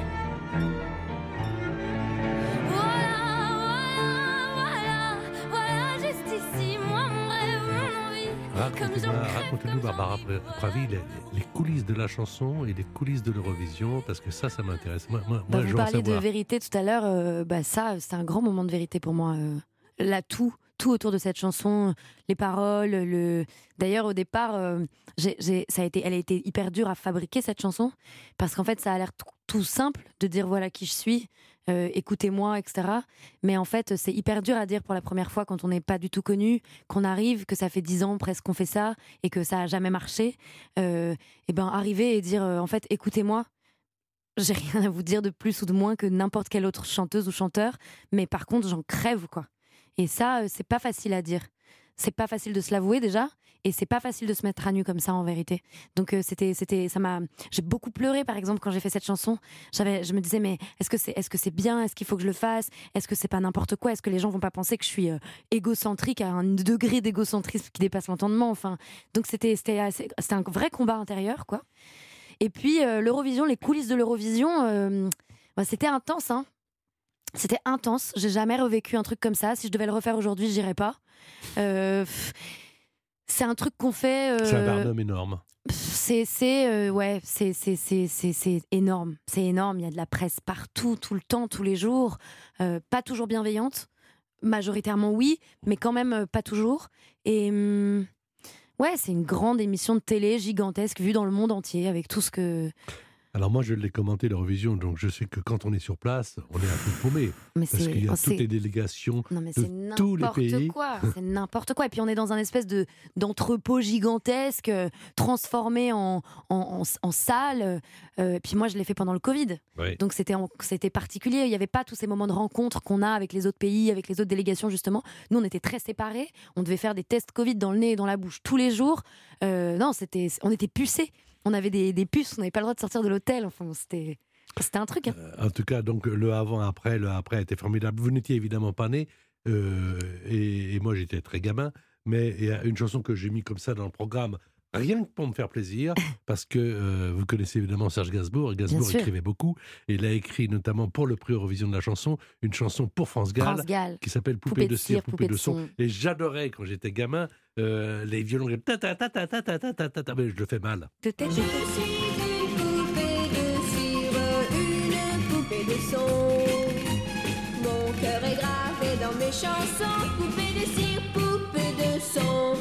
Voilà, voilà, voilà, voilà, juste ici, moi, mon rêve, mon envie. Comme j'en Racontez-moi, crève, racontez-nous, comme Barbara j'en vis, Pravi, les, les coulisses de la chanson et les coulisses de l'Eurovision, parce que ça, ça m'intéresse. Moi, moi, Bah, moi, vous je veux en parliez de savoir. vérité tout à l'heure, euh, bah ça, c'est un grand moment de vérité pour moi. euh. Là, tout, tout autour de cette chanson, les paroles, le. D'ailleurs, au départ, euh, j'ai, j'ai- ça a été, elle a été hyper dure à fabriquer cette chanson parce qu'en fait, ça a l'air tout, tout simple de dire voilà qui je suis, euh, écoutez-moi, et cetera. Mais en fait, c'est hyper dur à dire pour la première fois quand on n'est pas du tout connu, qu'on arrive, que ça fait dix ans presque qu'on fait ça et que ça a jamais marché. Euh, et ben arriver et dire euh, en fait, écoutez-moi. J'ai rien à vous dire de plus ou de moins que n'importe quelle autre chanteuse ou chanteur, mais par contre, j'en crève, quoi. Et ça, euh, c'est pas facile à dire. C'est pas facile de se l'avouer déjà, et c'est pas facile de se mettre à nu comme ça en vérité. Donc euh, c'était, c'était, ça m'a, j'ai beaucoup pleuré par exemple quand j'ai fait cette chanson. J'avais, je me disais mais est-ce que c'est, est-ce que c'est bien, est-ce qu'il faut que je le fasse, est-ce que c'est pas n'importe quoi, est-ce que les gens vont pas penser que je suis euh, égocentrique à un degré d'égocentrisme qui dépasse l'entendement. Enfin, donc c'était, c'était, assez- c'était un vrai combat intérieur, quoi. Et puis euh, l'Eurovision, les coulisses de l'Eurovision, euh, bah, c'était intense, hein. C'était intense. J'ai jamais revécu un truc comme ça. Si je devais le refaire aujourd'hui, j'irais pas. Euh, pff, c'est un truc qu'on fait. euh, C'est un barnum énorme. c'est, c'est, euh, ouais, c'est, c'est, c'est, c'est, c'est énorme. C'est énorme. Il y a de la presse partout, tout le temps, tous les jours. Euh, pas toujours bienveillante. Majoritairement oui, mais quand même euh, pas toujours. Et hum, ouais, c'est une grande émission de télé gigantesque vue dans le monde entier avec tout ce que. Alors moi, je l'ai commenté l'Eurovision, donc je sais que quand on est sur place, on est un peu paumé. Mais Parce c'est, qu'il y a oh, toutes c'est- les délégations. Non mais de c'est tous les n'importe pays. quoi, c'est n'importe quoi. Et puis on est dans un espèce de d'entrepôt gigantesque, euh, transformé en, en, en, en salle. Euh, et puis moi je l'ai fait pendant le Covid, Ouais. donc c'était en- c'était particulier. Il n'y avait pas tous ces moments de rencontre qu'on a avec les autres pays, avec les autres délégations justement. Nous on était très séparés. On devait faire des tests Covid dans le nez et dans la bouche tous les jours. Euh, non, c'était, on était pucés. On avait des, des puces, on n'avait pas le droit de sortir de l'hôtel. Enfin, c'était, c'était un truc. Hein. Euh, en tout cas, donc le avant-après, le après était formidable. Vous n'étiez évidemment pas né, euh, et, et moi j'étais très gamin, mais il y a une chanson que j'ai mis comme ça dans le programme, rien que pour me faire plaisir, parce que euh, vous connaissez évidemment Serge Gainsbourg, et Gainsbourg écrivait beaucoup, et il a écrit notamment pour le prix Eurovision de la chanson, une chanson pour France Gall, France Gall. qui s'appelle Poupée, Poupée de cire, Poupée de son, son. Et j'adorais quand j'étais gamin euh, les violons, ta ta ta ta ta ta ta ta ta ta, mais je le fais mal. Peut-être je suis une poupée de cire, une poupée de son. Mon cœur est gravé dans mes chansons, poupée de cire, poupée de son.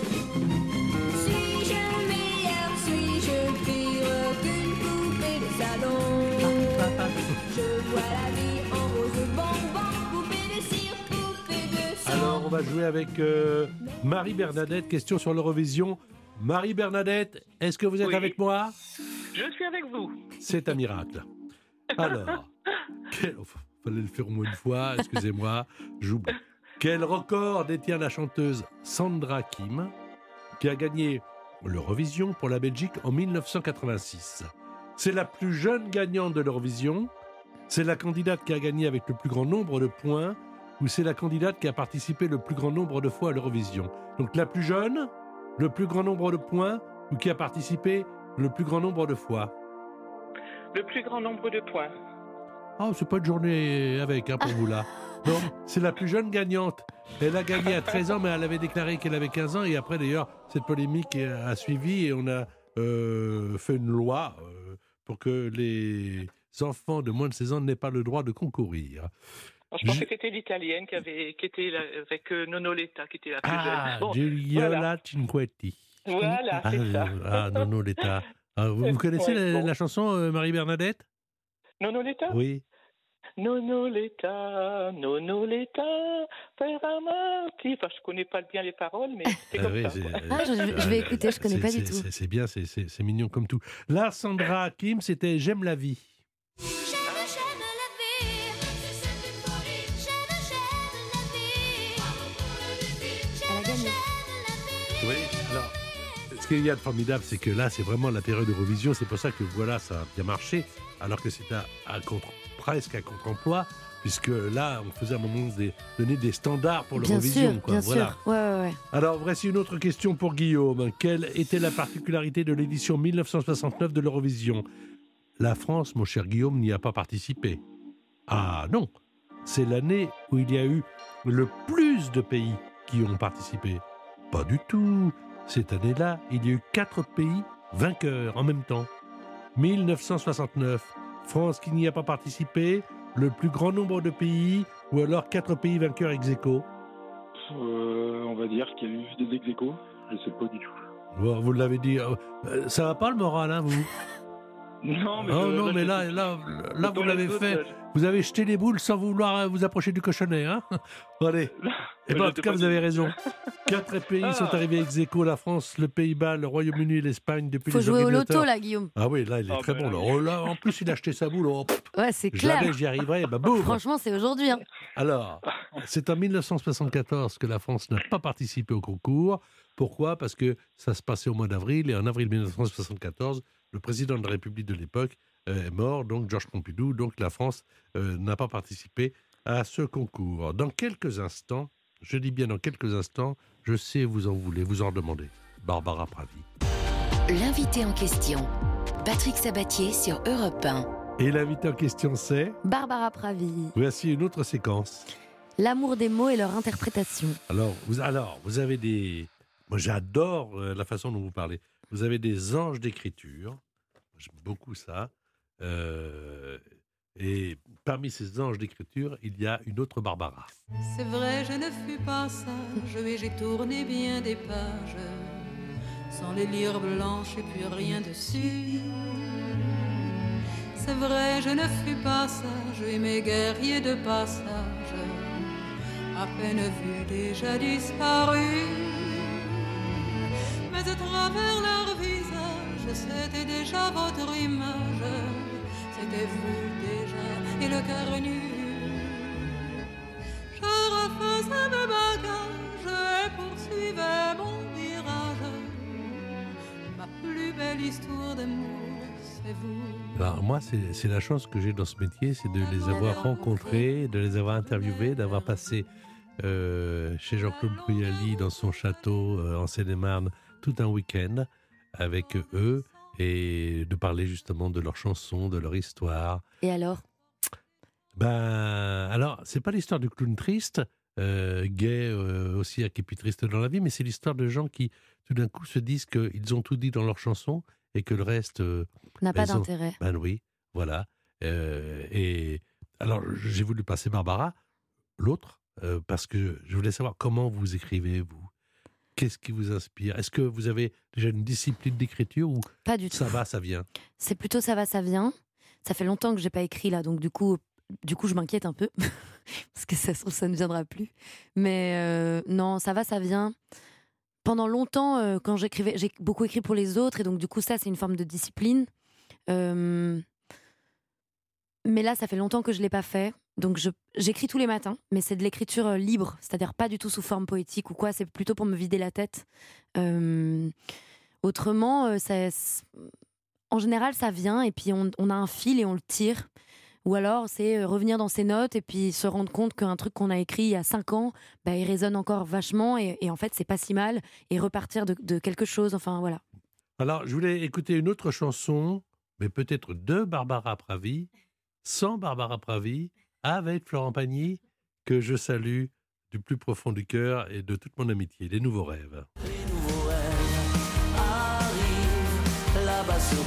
Suis-je meilleur, suis-je pire qu'une poupée de salon? Je vois la vie en rose bonbon, poupée de cire, poupée de son. Alors on va jouer avec euh, Marie-Bernadette, question sur l'Eurovision. Marie-Bernadette, est-ce que vous êtes Oui. avec moi? Je suis avec vous. C'est un miracle. Alors, quel... oh, fallait le faire au moins une fois, excusez-moi, j'oublie. Quel record détient la chanteuse Sandra Kim, qui a gagné l'Eurovision pour la Belgique en dix-neuf cent quatre-vingt-six? C'est la plus jeune gagnante de l'Eurovision? C'est la candidate qui a gagné avec le plus grand nombre de points? Ou c'est la candidate qui a participé le plus grand nombre de fois à l'Eurovision? Donc la plus jeune, le plus grand nombre de points, ou qui a participé le plus grand nombre de fois? Le plus grand nombre de points. Oh, c'est pas une journée avec hein, pour vous là. Non, c'est la plus jeune gagnante. Elle a gagné à treize ans, mais elle avait déclaré qu'elle avait quinze ans. Et après, d'ailleurs, cette polémique a suivi et on a euh, fait une loi euh, pour que les enfants de moins de seize ans n'aient pas le droit de concourir. Alors, je pensais Je- que c'était l'italienne qui, avait, qui était là, avec euh, Nonoletta, qui était la plus Ah, jeune. Bon, Giuliola voilà. Cinquetti. Voilà, Ah, c'est ça. ah, Nonoletta. Ah, vous, vous connaissez Ouais, la, bon. la chanson euh, Marie-Bernadette? Nonoletta Oui. Nonoletta, Nonoletta, per amarti. Enfin, je connais pas bien les paroles, mais c'est Ah comme oui, ça. c'est- quoi. Ah, je- je vais euh, écouter, je connais c'est- pas du c'est- tout. c'est- C'est bien, c'est- c'est c'est mignon comme tout. Là, Sandra Kim, c'était J'aime la vie. J'aime, j'aime la vie. C'est une folie. J'aime, j'aime la vie. Elle a gagné. Oui, alors, ce qu'il y a de formidable, c'est que là, c'est vraiment la période Eurovision. C'est pour ça que voilà, ça a bien marché, alors que c'était à, à contre, presque à contre-emploi, puisque là, on faisait à un moment des, donner des standards pour Bien l'Eurovision. sûr, quoi. bien Voilà. sûr. Ouais, ouais, ouais. Alors, voici une autre question pour Guillaume. Quelle était la particularité de l'édition dix-neuf cent soixante-neuf de l'Eurovision? La France, mon cher Guillaume, n'y a pas participé. Ah non, c'est l'année où il y a eu le plus de pays qui ont participé. Pas du tout. Cette année-là, il y a eu quatre pays vainqueurs en même temps. dix-neuf cent soixante-neuf, France qui n'y a pas participé, le plus grand nombre de pays, ou alors quatre pays vainqueurs ex aequo. Euh, on va dire qu'il y a eu des ex-échos. Je sais pas du tout. Bon, vous l'avez dit, euh, euh, ça va pas le moral, hein, vous? Non, mais, Oh je- non, mais je- là, là, là, Dans vous les l'avez autres, fait. là, Vous avez jeté les boules sans vouloir euh, vous approcher du cochonnet, hein? Bon, allez. Eh ben, je en sais tout cas, pas vous du- avez raison. Quatre pays Ah. sont arrivés ex aequo, la France, le Pays-Bas, le Royaume-Uni et l'Espagne depuis Faut les jouer au organisateurs. loto, là, Guillaume. Ah oui, là, il est Ah très ben bon. là, Là. oui. Oh, là, en plus, il a acheté sa boule. Oh, pff, Ouais, c'est clair. jamais j'y arriverai. Bah, boum. Franchement, c'est aujourd'hui. Hein. Alors, c'est en dix-neuf cent soixante-quatorze que la France n'a pas participé au concours. Pourquoi? Parce que ça se passait au mois d'avril, et en avril dix-neuf cent soixante-quatorze, le président de la République de l'époque euh, est mort, donc Georges Pompidou, donc la France euh, n'a pas participé à ce concours. Dans quelques instants, je dis bien dans quelques instants, je sais vous en voulez, vous en demandez. Barbara Pravi. L'invité en question, Patrick Sabatier sur Europe un. Et l'invité en question, c'est... Barbara Pravi. Voici une autre séquence. L'amour des mots et leur interprétation. Alors, vous, alors, vous avez des... Moi, j'adore euh, la façon dont vous parlez. Vous avez des anges d'écriture. J'aime beaucoup ça. Euh, et parmi ces anges d'écriture, il y a une autre Barbara. C'est vrai, je ne fus pas sage et j'ai tourné bien des pages sans les lire blanches et puis rien dessus. C'est vrai, je ne fus pas sage et mes guerriers de passage à peine vus déjà disparus. Mais à travers leur visage, c'était déjà votre image, c'était vous déjà et le cœur nu. Je refaisais mes bagages et poursuivais mon virage. Ma plus belle histoire d'amour, c'est vous. Alors moi, c'est c'est la chance que j'ai dans ce métier, c'est de les avoir rencontrés, de les avoir interviewés, d'avoir passé euh, chez Jean-Claude Bruyali dans son château euh, en Seine-et-Marne tout un week-end avec eux et de parler justement de leurs chansons, de leur histoire. Et alors ? Ben, alors, c'est pas l'histoire du clown triste, euh, gay euh, aussi, à qui est triste dans la vie, mais c'est l'histoire de gens qui, tout d'un coup, se disent qu'ils ont tout dit dans leurs chansons et que le reste... Euh, n'a pas ben, ont... d'intérêt. Ben oui, voilà. Euh, et alors, j'ai voulu passer Barbara, l'autre, euh, parce que je voulais savoir comment vous écrivez, vous. Qu'est-ce qui vous inspire ? Est-ce que vous avez déjà une discipline d'écriture ou pas du tout. Ça va, ça vient ? C'est plutôt ça va, ça vient. Ça fait longtemps que j'ai pas écrit là, donc du coup, du coup, je m'inquiète un peu parce que ça se trouve, ça ne viendra plus. Mais euh, non, ça va, ça vient. Pendant longtemps, euh, quand j'écrivais, j'ai beaucoup écrit pour les autres et donc du coup, ça, c'est une forme de discipline. Euh, mais là, ça fait longtemps que je l'ai pas fait. Donc je, j'écris tous les matins, mais c'est de l'écriture euh, libre, c'est-à-dire pas du tout sous forme poétique ou quoi, c'est plutôt pour me vider la tête. Euh, autrement, euh, ça, en général, ça vient et puis on, on a un fil et on le tire. Ou alors, c'est revenir dans ses notes et puis se rendre compte qu'un truc qu'on a écrit il y a cinq ans, bah, il résonne encore vachement et, et en fait, c'est pas si mal et repartir de, de quelque chose, enfin voilà. Alors, je voulais écouter une autre chanson, mais peut-être de Barbara Pravi, sans Barbara Pravi, avec Florent Pagny, que je salue du plus profond du cœur et de toute mon amitié. Les nouveaux rêves. Les nouveaux rêves arrivent là-bas sur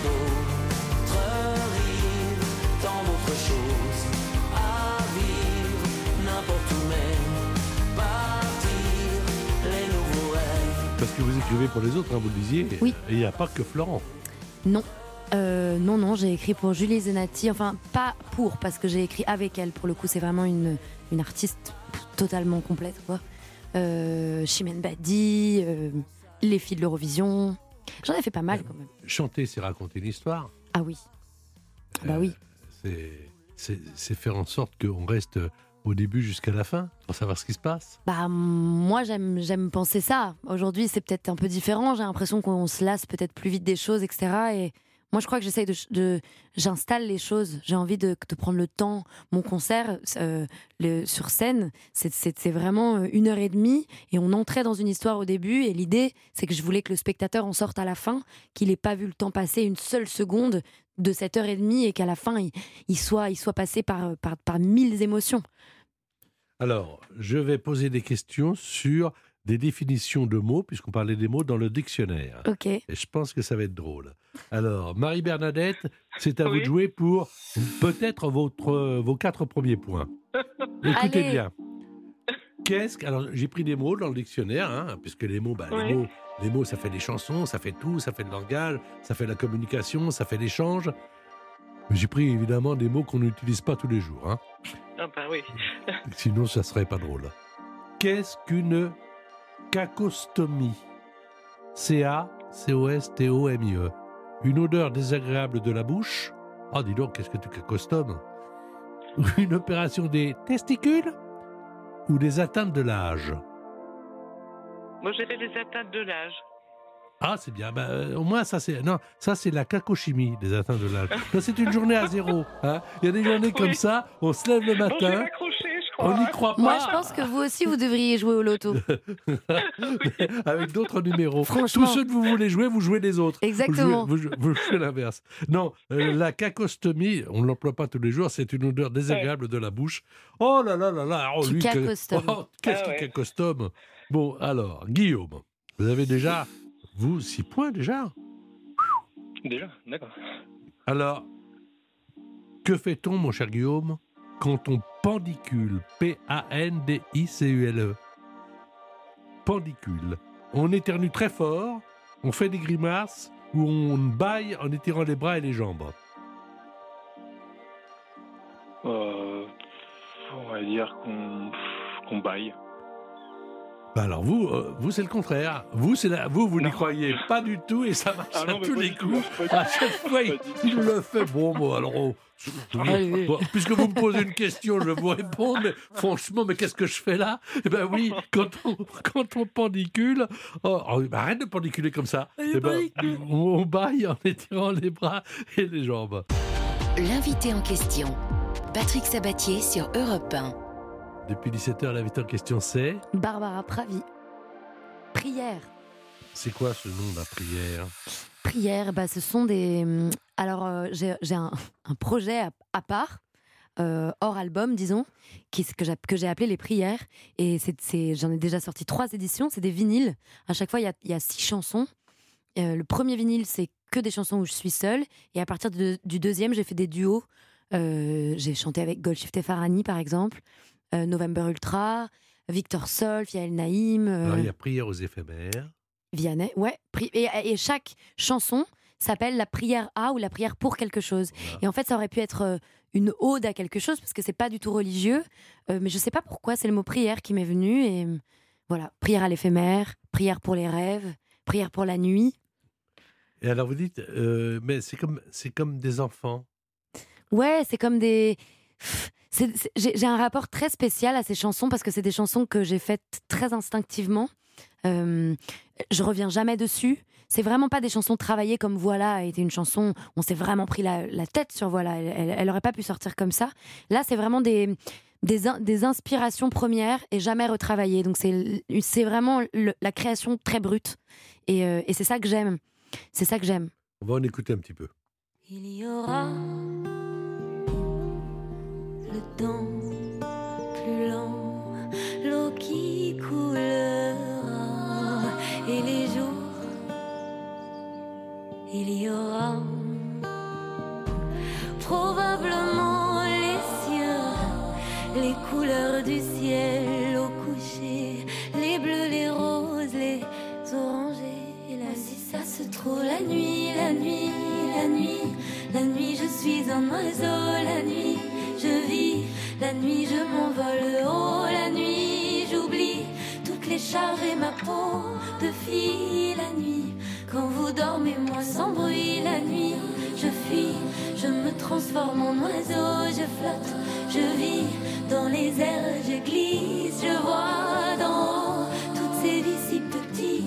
d'autres rives, tant d'autres choses à vivre, n'importe où mais partir, les nouveaux rêves. Parce que vous écrivez pour les autres, hein, vous le disiez, oui. Et il n'y a pas que Florent. Non. Euh, non, non, j'ai écrit pour Julie Zenati, enfin pas pour, parce que j'ai écrit avec elle, pour le coup c'est vraiment une, une artiste totalement complète, quoi. Euh, Chimène Badi, euh, les filles de l'Eurovision, j'en ai fait pas mal quand même. Chanter, c'est raconter une histoire. Ah oui, euh, bah oui. C'est, c'est, c'est faire en sorte qu'on reste au début jusqu'à la fin, pour savoir ce qui se passe. Bah moi j'aime, j'aime penser ça, aujourd'hui c'est peut-être un peu différent, j'ai l'impression qu'on se lasse peut-être plus vite des choses, et cetera. Et moi, je crois que j'essaye de, de... J'installe les choses. J'ai envie de, de prendre le temps. Mon concert, euh, le, sur scène, c'est, c'est, c'est vraiment une heure et demie. Et on entrait dans une histoire au début. Et l'idée, c'est que je voulais que le spectateur en sorte à la fin, qu'il n'ait pas vu le temps passer une seule seconde de cette heure et demie. Et qu'à la fin, il, il, soit, il soit passé par, par, par mille émotions. Alors, je vais poser des questions sur des définitions de mots, puisqu'on parlait des mots dans le dictionnaire. Ok. Et je pense que ça va être drôle. Alors, Marie-Bernadette, c'est à Oui. vous de jouer pour peut-être votre, vos quatre premiers points. Écoutez Allez. bien. Qu'est-ce que... Alors, j'ai pris des mots dans le dictionnaire, hein, puisque les mots, bah, Oui. les mots, les mots, ça fait des chansons, ça fait tout, ça fait le langage, ça fait la communication, ça fait l'échange. Mais j'ai pris évidemment des mots qu'on n'utilise pas tous les jours. Hein. Ah bah oui. Sinon, ça serait pas drôle. Qu'est-ce qu'une cacostomie? C A C O S T O M I E. Une odeur désagréable de la bouche. Oh, dis donc, qu'est-ce que tu cacostomes? Une opération des testicules ou des atteintes de l'âge? Moi, j'ai fait les atteintes de l'âge. Ah, c'est bien. Ben, euh, au moins, ça c'est non, ça c'est la cacochimie des atteintes de l'âge. Ça, c'est une journée à zéro. Hein. Il y a des journées comme Oui. ça. On se lève le Bon, je vais matin. m'accrocher, je crois. On n'y croit pas. Moi, je pense que vous aussi, vous devriez jouer au loto. Avec d'autres numéros. Franchement. Tous ceux que vous voulez jouer, vous jouez les autres. Exactement. Vous jouez, vous, vous jouez l'inverse. Non, euh, la cacostomie, on ne l'emploie pas tous les jours, c'est une odeur désagréable de la bouche. Oh là là là là. Oh, Tu lui, que- cacostomes. oh, qu'est-ce Ah qu'il ouais. cacostome? Bon, alors, Guillaume, vous avez déjà, vous, six points déjà. Déjà, d'accord. Alors, que fait-on, mon cher Guillaume, quand on pendicule? P A N D I C U L E. Pendicule. On éternue très fort, on fait des grimaces ou on baille en étirant les bras et les jambes. Euh, on va dire qu'on qu'on baille. Bah alors vous, euh, vous c'est le contraire. Vous, c'est la... vous, vous n'y Non. croyez pas du tout et ça marche Ah non, à mais tous pas les du tout, coups. pas du À tout. chaque fois, il, Pas du il le fait. Bon, bon alors, on- Allez. Bon, puisque vous me posez une question, je vous réponds. Mais franchement, mais qu'est-ce que je fais là? Eh ben oui, quand on, quand on pendicule, oh, oh, bah arrête de pendiculer comme ça. Eh ben, on, on baille en étirant les bras et les jambes. L'invité en question, Patrick Sabatier sur Europe un. Depuis dix-sept heures, l'invité en question, c'est... Barbara Pravi. Prière. C'est quoi ce nom, la prière? Prière, bah, ce sont des... Alors, euh, j'ai, j'ai un, un projet à, à part, euh, hors album, disons, qui, que, j'ai, que j'ai appelé Les Prières. Et c'est, c'est, j'en ai déjà sorti trois éditions, c'est des vinyles. À chaque fois, il y a, y a six chansons. Euh, le premier vinyle, c'est que des chansons où je suis seule. Et à partir de, du deuxième, j'ai fait des duos. Euh, j'ai chanté avec Golshifteh et Farhani, par exemple, euh, November Ultra, Victor Solf, Yael Naïm. Euh, Alors, il y a Prière aux éphémères. Vianney, ouais. Et, et chaque chanson s'appelle la prière à ou la prière pour quelque chose. Voilà. Et en fait, ça aurait pu être une ode à quelque chose, parce que c'est pas du tout religieux. Euh, mais je sais pas pourquoi, c'est le mot prière qui m'est venu. Et voilà, prière à l'éphémère, prière pour les rêves, prière pour la nuit. Et alors vous dites, euh, mais c'est comme, c'est comme des enfants. Ouais, c'est comme des... C'est, c'est, j'ai, j'ai un rapport très spécial à ces chansons, parce que c'est des chansons que j'ai faites très instinctivement. Euh, je reviens jamais dessus. C'est vraiment pas des chansons travaillées comme Voilà a été une chanson. On s'est vraiment pris la, la tête sur Voilà. Elle, elle, elle aurait pas pu sortir comme ça. Là, c'est vraiment des, des, in, des inspirations premières et jamais retravaillées. Donc c'est, c'est vraiment le, la création très brute. Et, euh, et c'est ça que j'aime. C'est ça que j'aime. On va en écouter un petit peu. Il y aura le temps plus lent, l'eau qui coulera et les jours. Il y aura probablement les cieux, les couleurs du ciel au coucher, les bleus, les roses, les orangés. Et là, si ça se trouve, la nuit, la nuit, la nuit, la nuit, je suis un oiseau, la nuit, je vis, la nuit, je m'envole, oh, la nuit, j'oublie toutes les charges et ma peau de fille, la nuit. Quand vous dormez, moi sans bruit, la nuit, je fuis, je me transforme en oiseau, je flotte, je vis dans les airs, je glisse, je vois dans toutes ces vies si petites.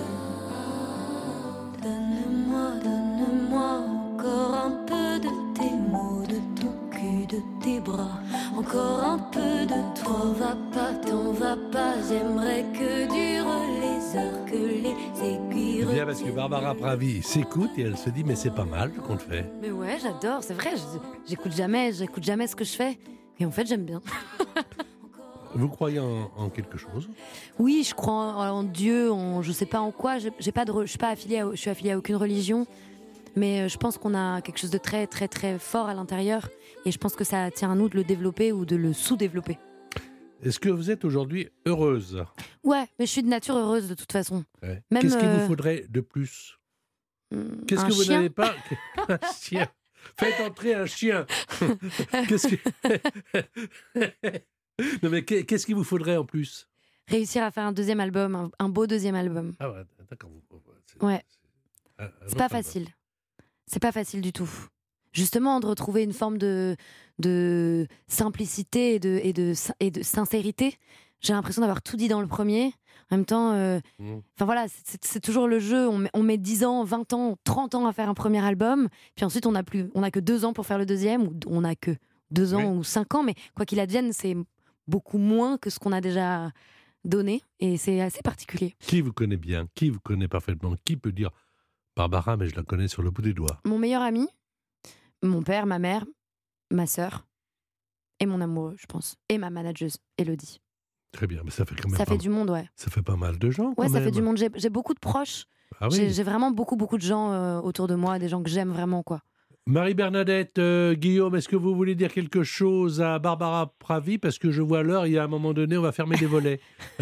Donne-moi, donne-moi encore un peu de tes mots, de ton cul, de tes bras, encore un peu de toi. T'en va pas, t'en va pas, j'aimerais que durent les heures, que les aiguilles. C'est bien parce que Barbara Pravi s'écoute et elle se dit mais c'est pas mal ce qu'on fait. Mais ouais, j'adore, c'est vrai, j'écoute jamais, j'écoute jamais ce que je fais. Et en fait, j'aime bien. Vous croyez en, en quelque chose? Oui, je crois en, en Dieu, en, je sais pas en quoi. J'ai, j'ai pas de, je suis pas affiliée, à, je suis affiliée à aucune religion, mais je pense qu'on a quelque chose de très, très, très fort à l'intérieur, et je pense que ça tient à nous de le développer ou de le sous-développer. Est-ce que vous êtes aujourd'hui heureuse? Ouais, mais je suis de nature heureuse de toute façon. Ouais. Même, Qu'est-ce qu'il euh... vous faudrait de plus? Hum, Qu'est-ce un que vous chien n'avez pas? Un chien. Faites entrer un chien. Qu'est-ce que... Non mais qu'est-ce qu'il vous faudrait en plus? Réussir à faire un deuxième album, un, un beau deuxième album. Ah ouais, d'accord. C'est, ouais. C'est, un, un c'est pas album. facile. C'est pas facile du tout. Justement, de retrouver une forme de, de simplicité et de, et, de, et de sincérité. J'ai l'impression d'avoir tout dit dans le premier. En même temps, euh, mmh. voilà, c'est, c'est toujours le jeu. On met, on met dix ans, vingt ans, trente ans à faire un premier album. Puis ensuite, on n'a plus, on n'a que deux ans pour faire le deuxième. Ou on n'a que deux ans oui. ou cinq ans. Mais quoi qu'il advienne, c'est beaucoup moins que ce qu'on a déjà donné. Et c'est assez particulier. Qui vous connaît bien? Qui vous connaît parfaitement? Qui peut dire Barbara, mais je la connais sur le bout des doigts? Mon meilleur ami, mon père, ma mère, ma sœur et mon amoureux, je pense. Et ma manageuse, Élodie. Très bien, mais ça fait quand même ça pas fait du monde, ouais. Ça fait pas mal de gens, quand ouais, ça même. fait du monde. J'ai, j'ai beaucoup de proches. Ah oui. j'ai, j'ai vraiment beaucoup, beaucoup de gens euh, autour de moi, des gens que j'aime vraiment, quoi. Marie-Bernadette, euh, Guillaume, est-ce que vous voulez dire quelque chose à Barbara Pravi? Parce que je vois l'heure, il y a un moment donné, on va fermer les volets.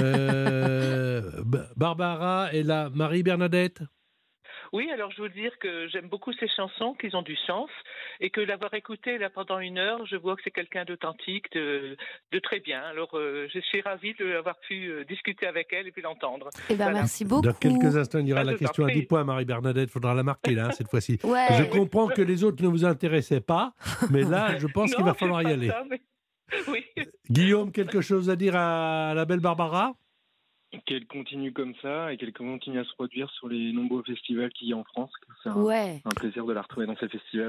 euh, B- Barbara et la Marie-Bernadette? Oui, alors je veux dire que j'aime beaucoup ces chansons, qu'ils ont du sens, et que l'avoir écouté là pendant une heure, je vois que c'est quelqu'un d'authentique, de, de très bien. Alors euh, je suis ravie d'avoir pu euh, discuter avec elle et puis l'entendre. Eh ben, voilà. Merci beaucoup. Dans quelques instants, il y aura ah, la question à dix points, Marie-Bernadette. Il faudra la marquer là, cette fois-ci. Ouais. Je comprends que les autres ne vous intéressaient pas, mais là, je pense non, qu'il va falloir y aller. Ça, mais... oui. Guillaume, quelque chose à dire à la belle Barbara? Qu'elle continue comme ça et qu'elle continue à se produire sur les nombreux festivals qu'il y a en France. C'est un, ouais. un plaisir de la retrouver dans ces festivals.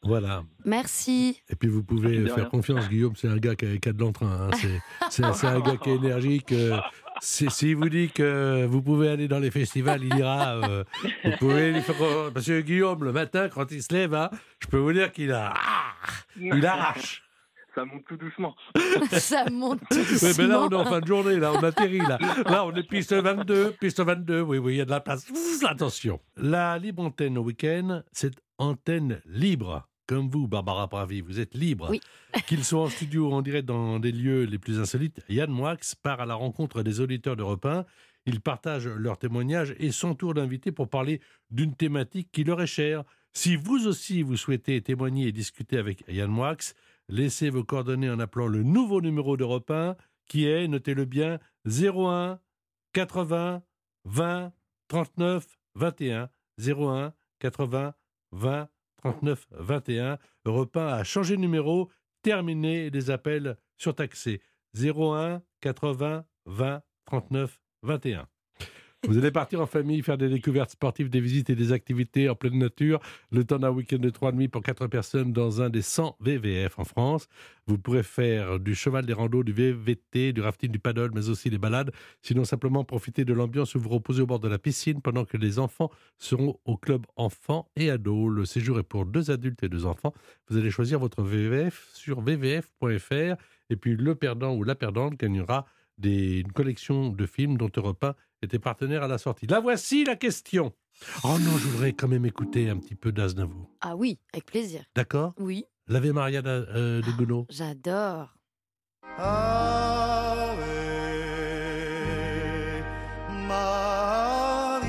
Voilà. Merci. Et puis vous pouvez De faire rien. confiance, Guillaume, c'est un gars qui a, qui a de l'entrain. hein. C'est, c'est, c'est un gars qui est énergique. euh, c'est- S'il vous dit que vous pouvez aller dans les festivals, il ira. euh, vous pouvez lui faire... Parce que Guillaume, le matin, quand il se lève, hein, je peux vous dire qu'il a... Ah, il arrache. Ça monte tout doucement. Ça monte tout Oui, doucement. mais là, on est en fin de journée, là, on atterrit, là. Là, on est piste vingt-deux, piste vingt-deux, oui, oui, il y a de la place. Pff, attention. La libre antenne au week-end, c'est antenne libre. Comme vous, Barbara Pravi, vous êtes libre. Oui. Qu'ils soient en studio ou en direct dans des lieux les plus insolites, Yann Moix part à la rencontre des auditeurs d'Europe un. Ils partagent leurs témoignages et son tour d'invité pour parler d'une thématique qui leur est chère. Si vous aussi, vous souhaitez témoigner et discuter avec Yann Moix, laissez vos coordonnées en appelant le nouveau numéro d'Europe un qui est, notez-le bien, zéro un quatre-vingts vingt trente-neuf vingt et un. zéro un quatre-vingts vingt trente-neuf vingt et un. Europe un a changé de numéro, terminé les appels surtaxés. zéro un quatre-vingts vingt trente-neuf vingt et un. Vous allez partir en famille, faire des découvertes sportives, des visites et des activités en pleine nature, le temps d'un week-end de trois nuits pour quatre personnes dans un des cent V V F en France. Vous pourrez faire du cheval, des randos, du V V T, du rafting, du paddle, mais aussi des balades. Sinon, simplement profiter de l'ambiance ou vous reposer au bord de la piscine pendant que les enfants seront au club enfants et ados. Le séjour est pour deux adultes et deux enfants. Vous allez choisir votre V V F sur v v f point f r et puis le perdant ou la perdante gagnera des, une collection de films dont Europe un était partenaire à la sortie. La voici la question. Oh non, je voudrais quand même écouter un petit peu d'Aznavour. Ah oui, avec plaisir. D'accord ? Oui, L'Ave Maria de, euh, de Gounod. j'adore. Ave Maria.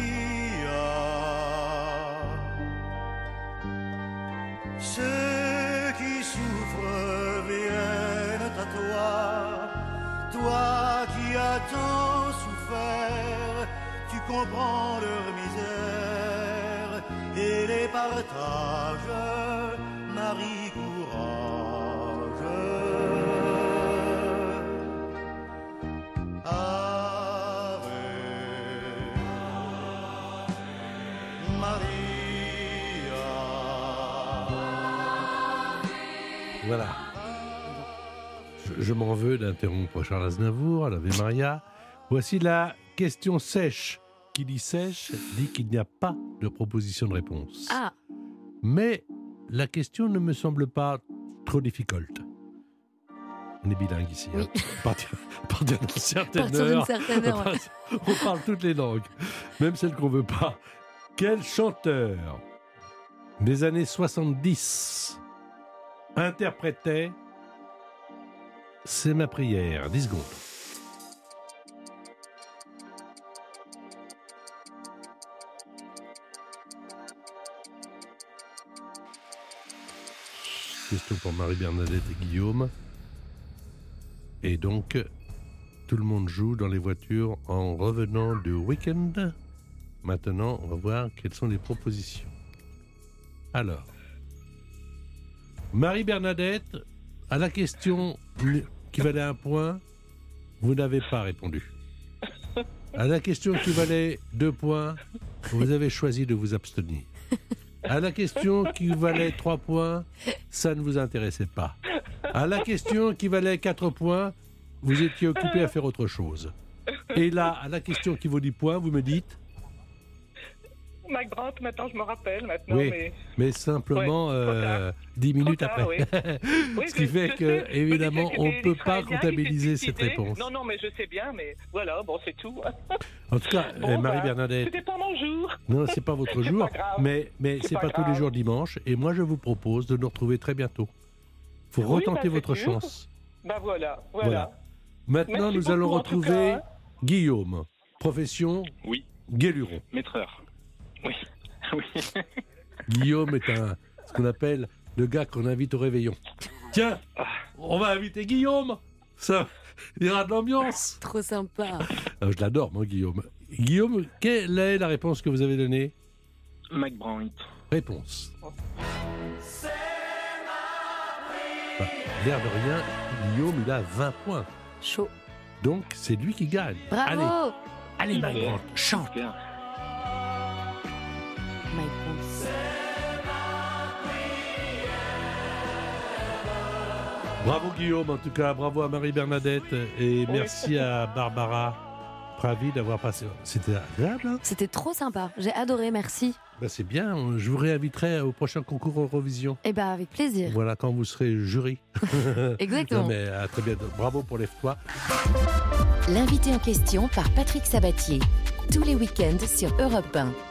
Ceux qui souffrent viennent à toi, toi qui as tant souffert, tu comprends leur misère et les partages, Marie courage. Ave Maria. Voilà. Je, je m'en veux d'interrompre Charles Aznavour, l'Ave Maria. Voici la question sèche. Qui dit sèche dit qu'il n'y a pas de proposition de réponse. Ah, Mais la question ne me semble pas trop difficile. On est bilingue ici. Oui. Hein. À partir, à partir d'une certaine partir d'une heure, certaine heure, ouais. on parle toutes les langues, même celles qu'on ne veut pas. Quel chanteur des années soixante-dix interprétait « C'est ma prière » dix secondes. Question pour Marie-Bernadette et Guillaume. Et donc, tout le monde joue dans les voitures en revenant du week-end. Maintenant, on va voir quelles sont les propositions. Alors, Marie-Bernadette, à la question qui valait un point, vous n'avez pas répondu. À la question qui valait deux points, vous avez choisi de vous abstenir. À la question qui valait trois points, ça ne vous intéressait pas. À la question qui valait quatre points, vous étiez occupé à faire autre chose. Et là, à la question qui vaut dix points, vous me dites... Mac Brandt, maintenant je me rappelle, maintenant, Oui, mais... mais simplement Ouais, euh, dix minutes Trop tard, après. Oui, Ce qui je- fait je que, sais. évidemment, Je sais on que ne c'était peut pas israélien, comptabiliser il cette s'était réponse. Non, non, mais je sais bien, mais voilà, bon, c'est tout. En tout cas, Bon, euh, bah, Marie-Bernadette, C'était pas mon jour. non, c'est pas votre C'est jour, pas grave. mais, mais C'est c'est pas pas, tous les grave. jours dimanche. Et moi, je vous propose de nous retrouver très bientôt. Il faut Oui, retenter bah, votre c'est sûr. chance. Bah voilà, voilà. Voilà. Maintenant, Merci nous allons beaucoup, en tout retrouver cas. Guillaume, profession Oui, guéluron. maîtreur. Oui, oui. Guillaume est un, ce qu'on appelle le gars qu'on invite au réveillon. Tiens, on va inviter Guillaume. Ça, il y aura de l'ambiance. trop sympa. Ah, je l'adore, moi, Guillaume. Guillaume, quelle est la réponse que vous avez donnée ? Mac Brandt. Réponse. Bah, l'air de rien, Guillaume, il a vingt points. Chaud. Donc, c'est lui qui gagne. Bravo. Allez, allez, Mike Super. Brandt, chante. Super. Mike Brandt. Bravo Guillaume, en tout cas, bravo à Marie-Bernadette et merci à Barbara Pravi d'avoir passé. C'était agréable, hein? C'était trop sympa, j'ai adoré, merci. Ben c'est bien, je vous réinviterai au prochain concours Eurovision. Eh ben avec plaisir. Voilà, quand vous serez jury. Exactement. Non, mais à très bientôt. Bravo pour Lève-toi. L'invité en question par Patrick Sabatier. Tous les week-ends sur Europe un.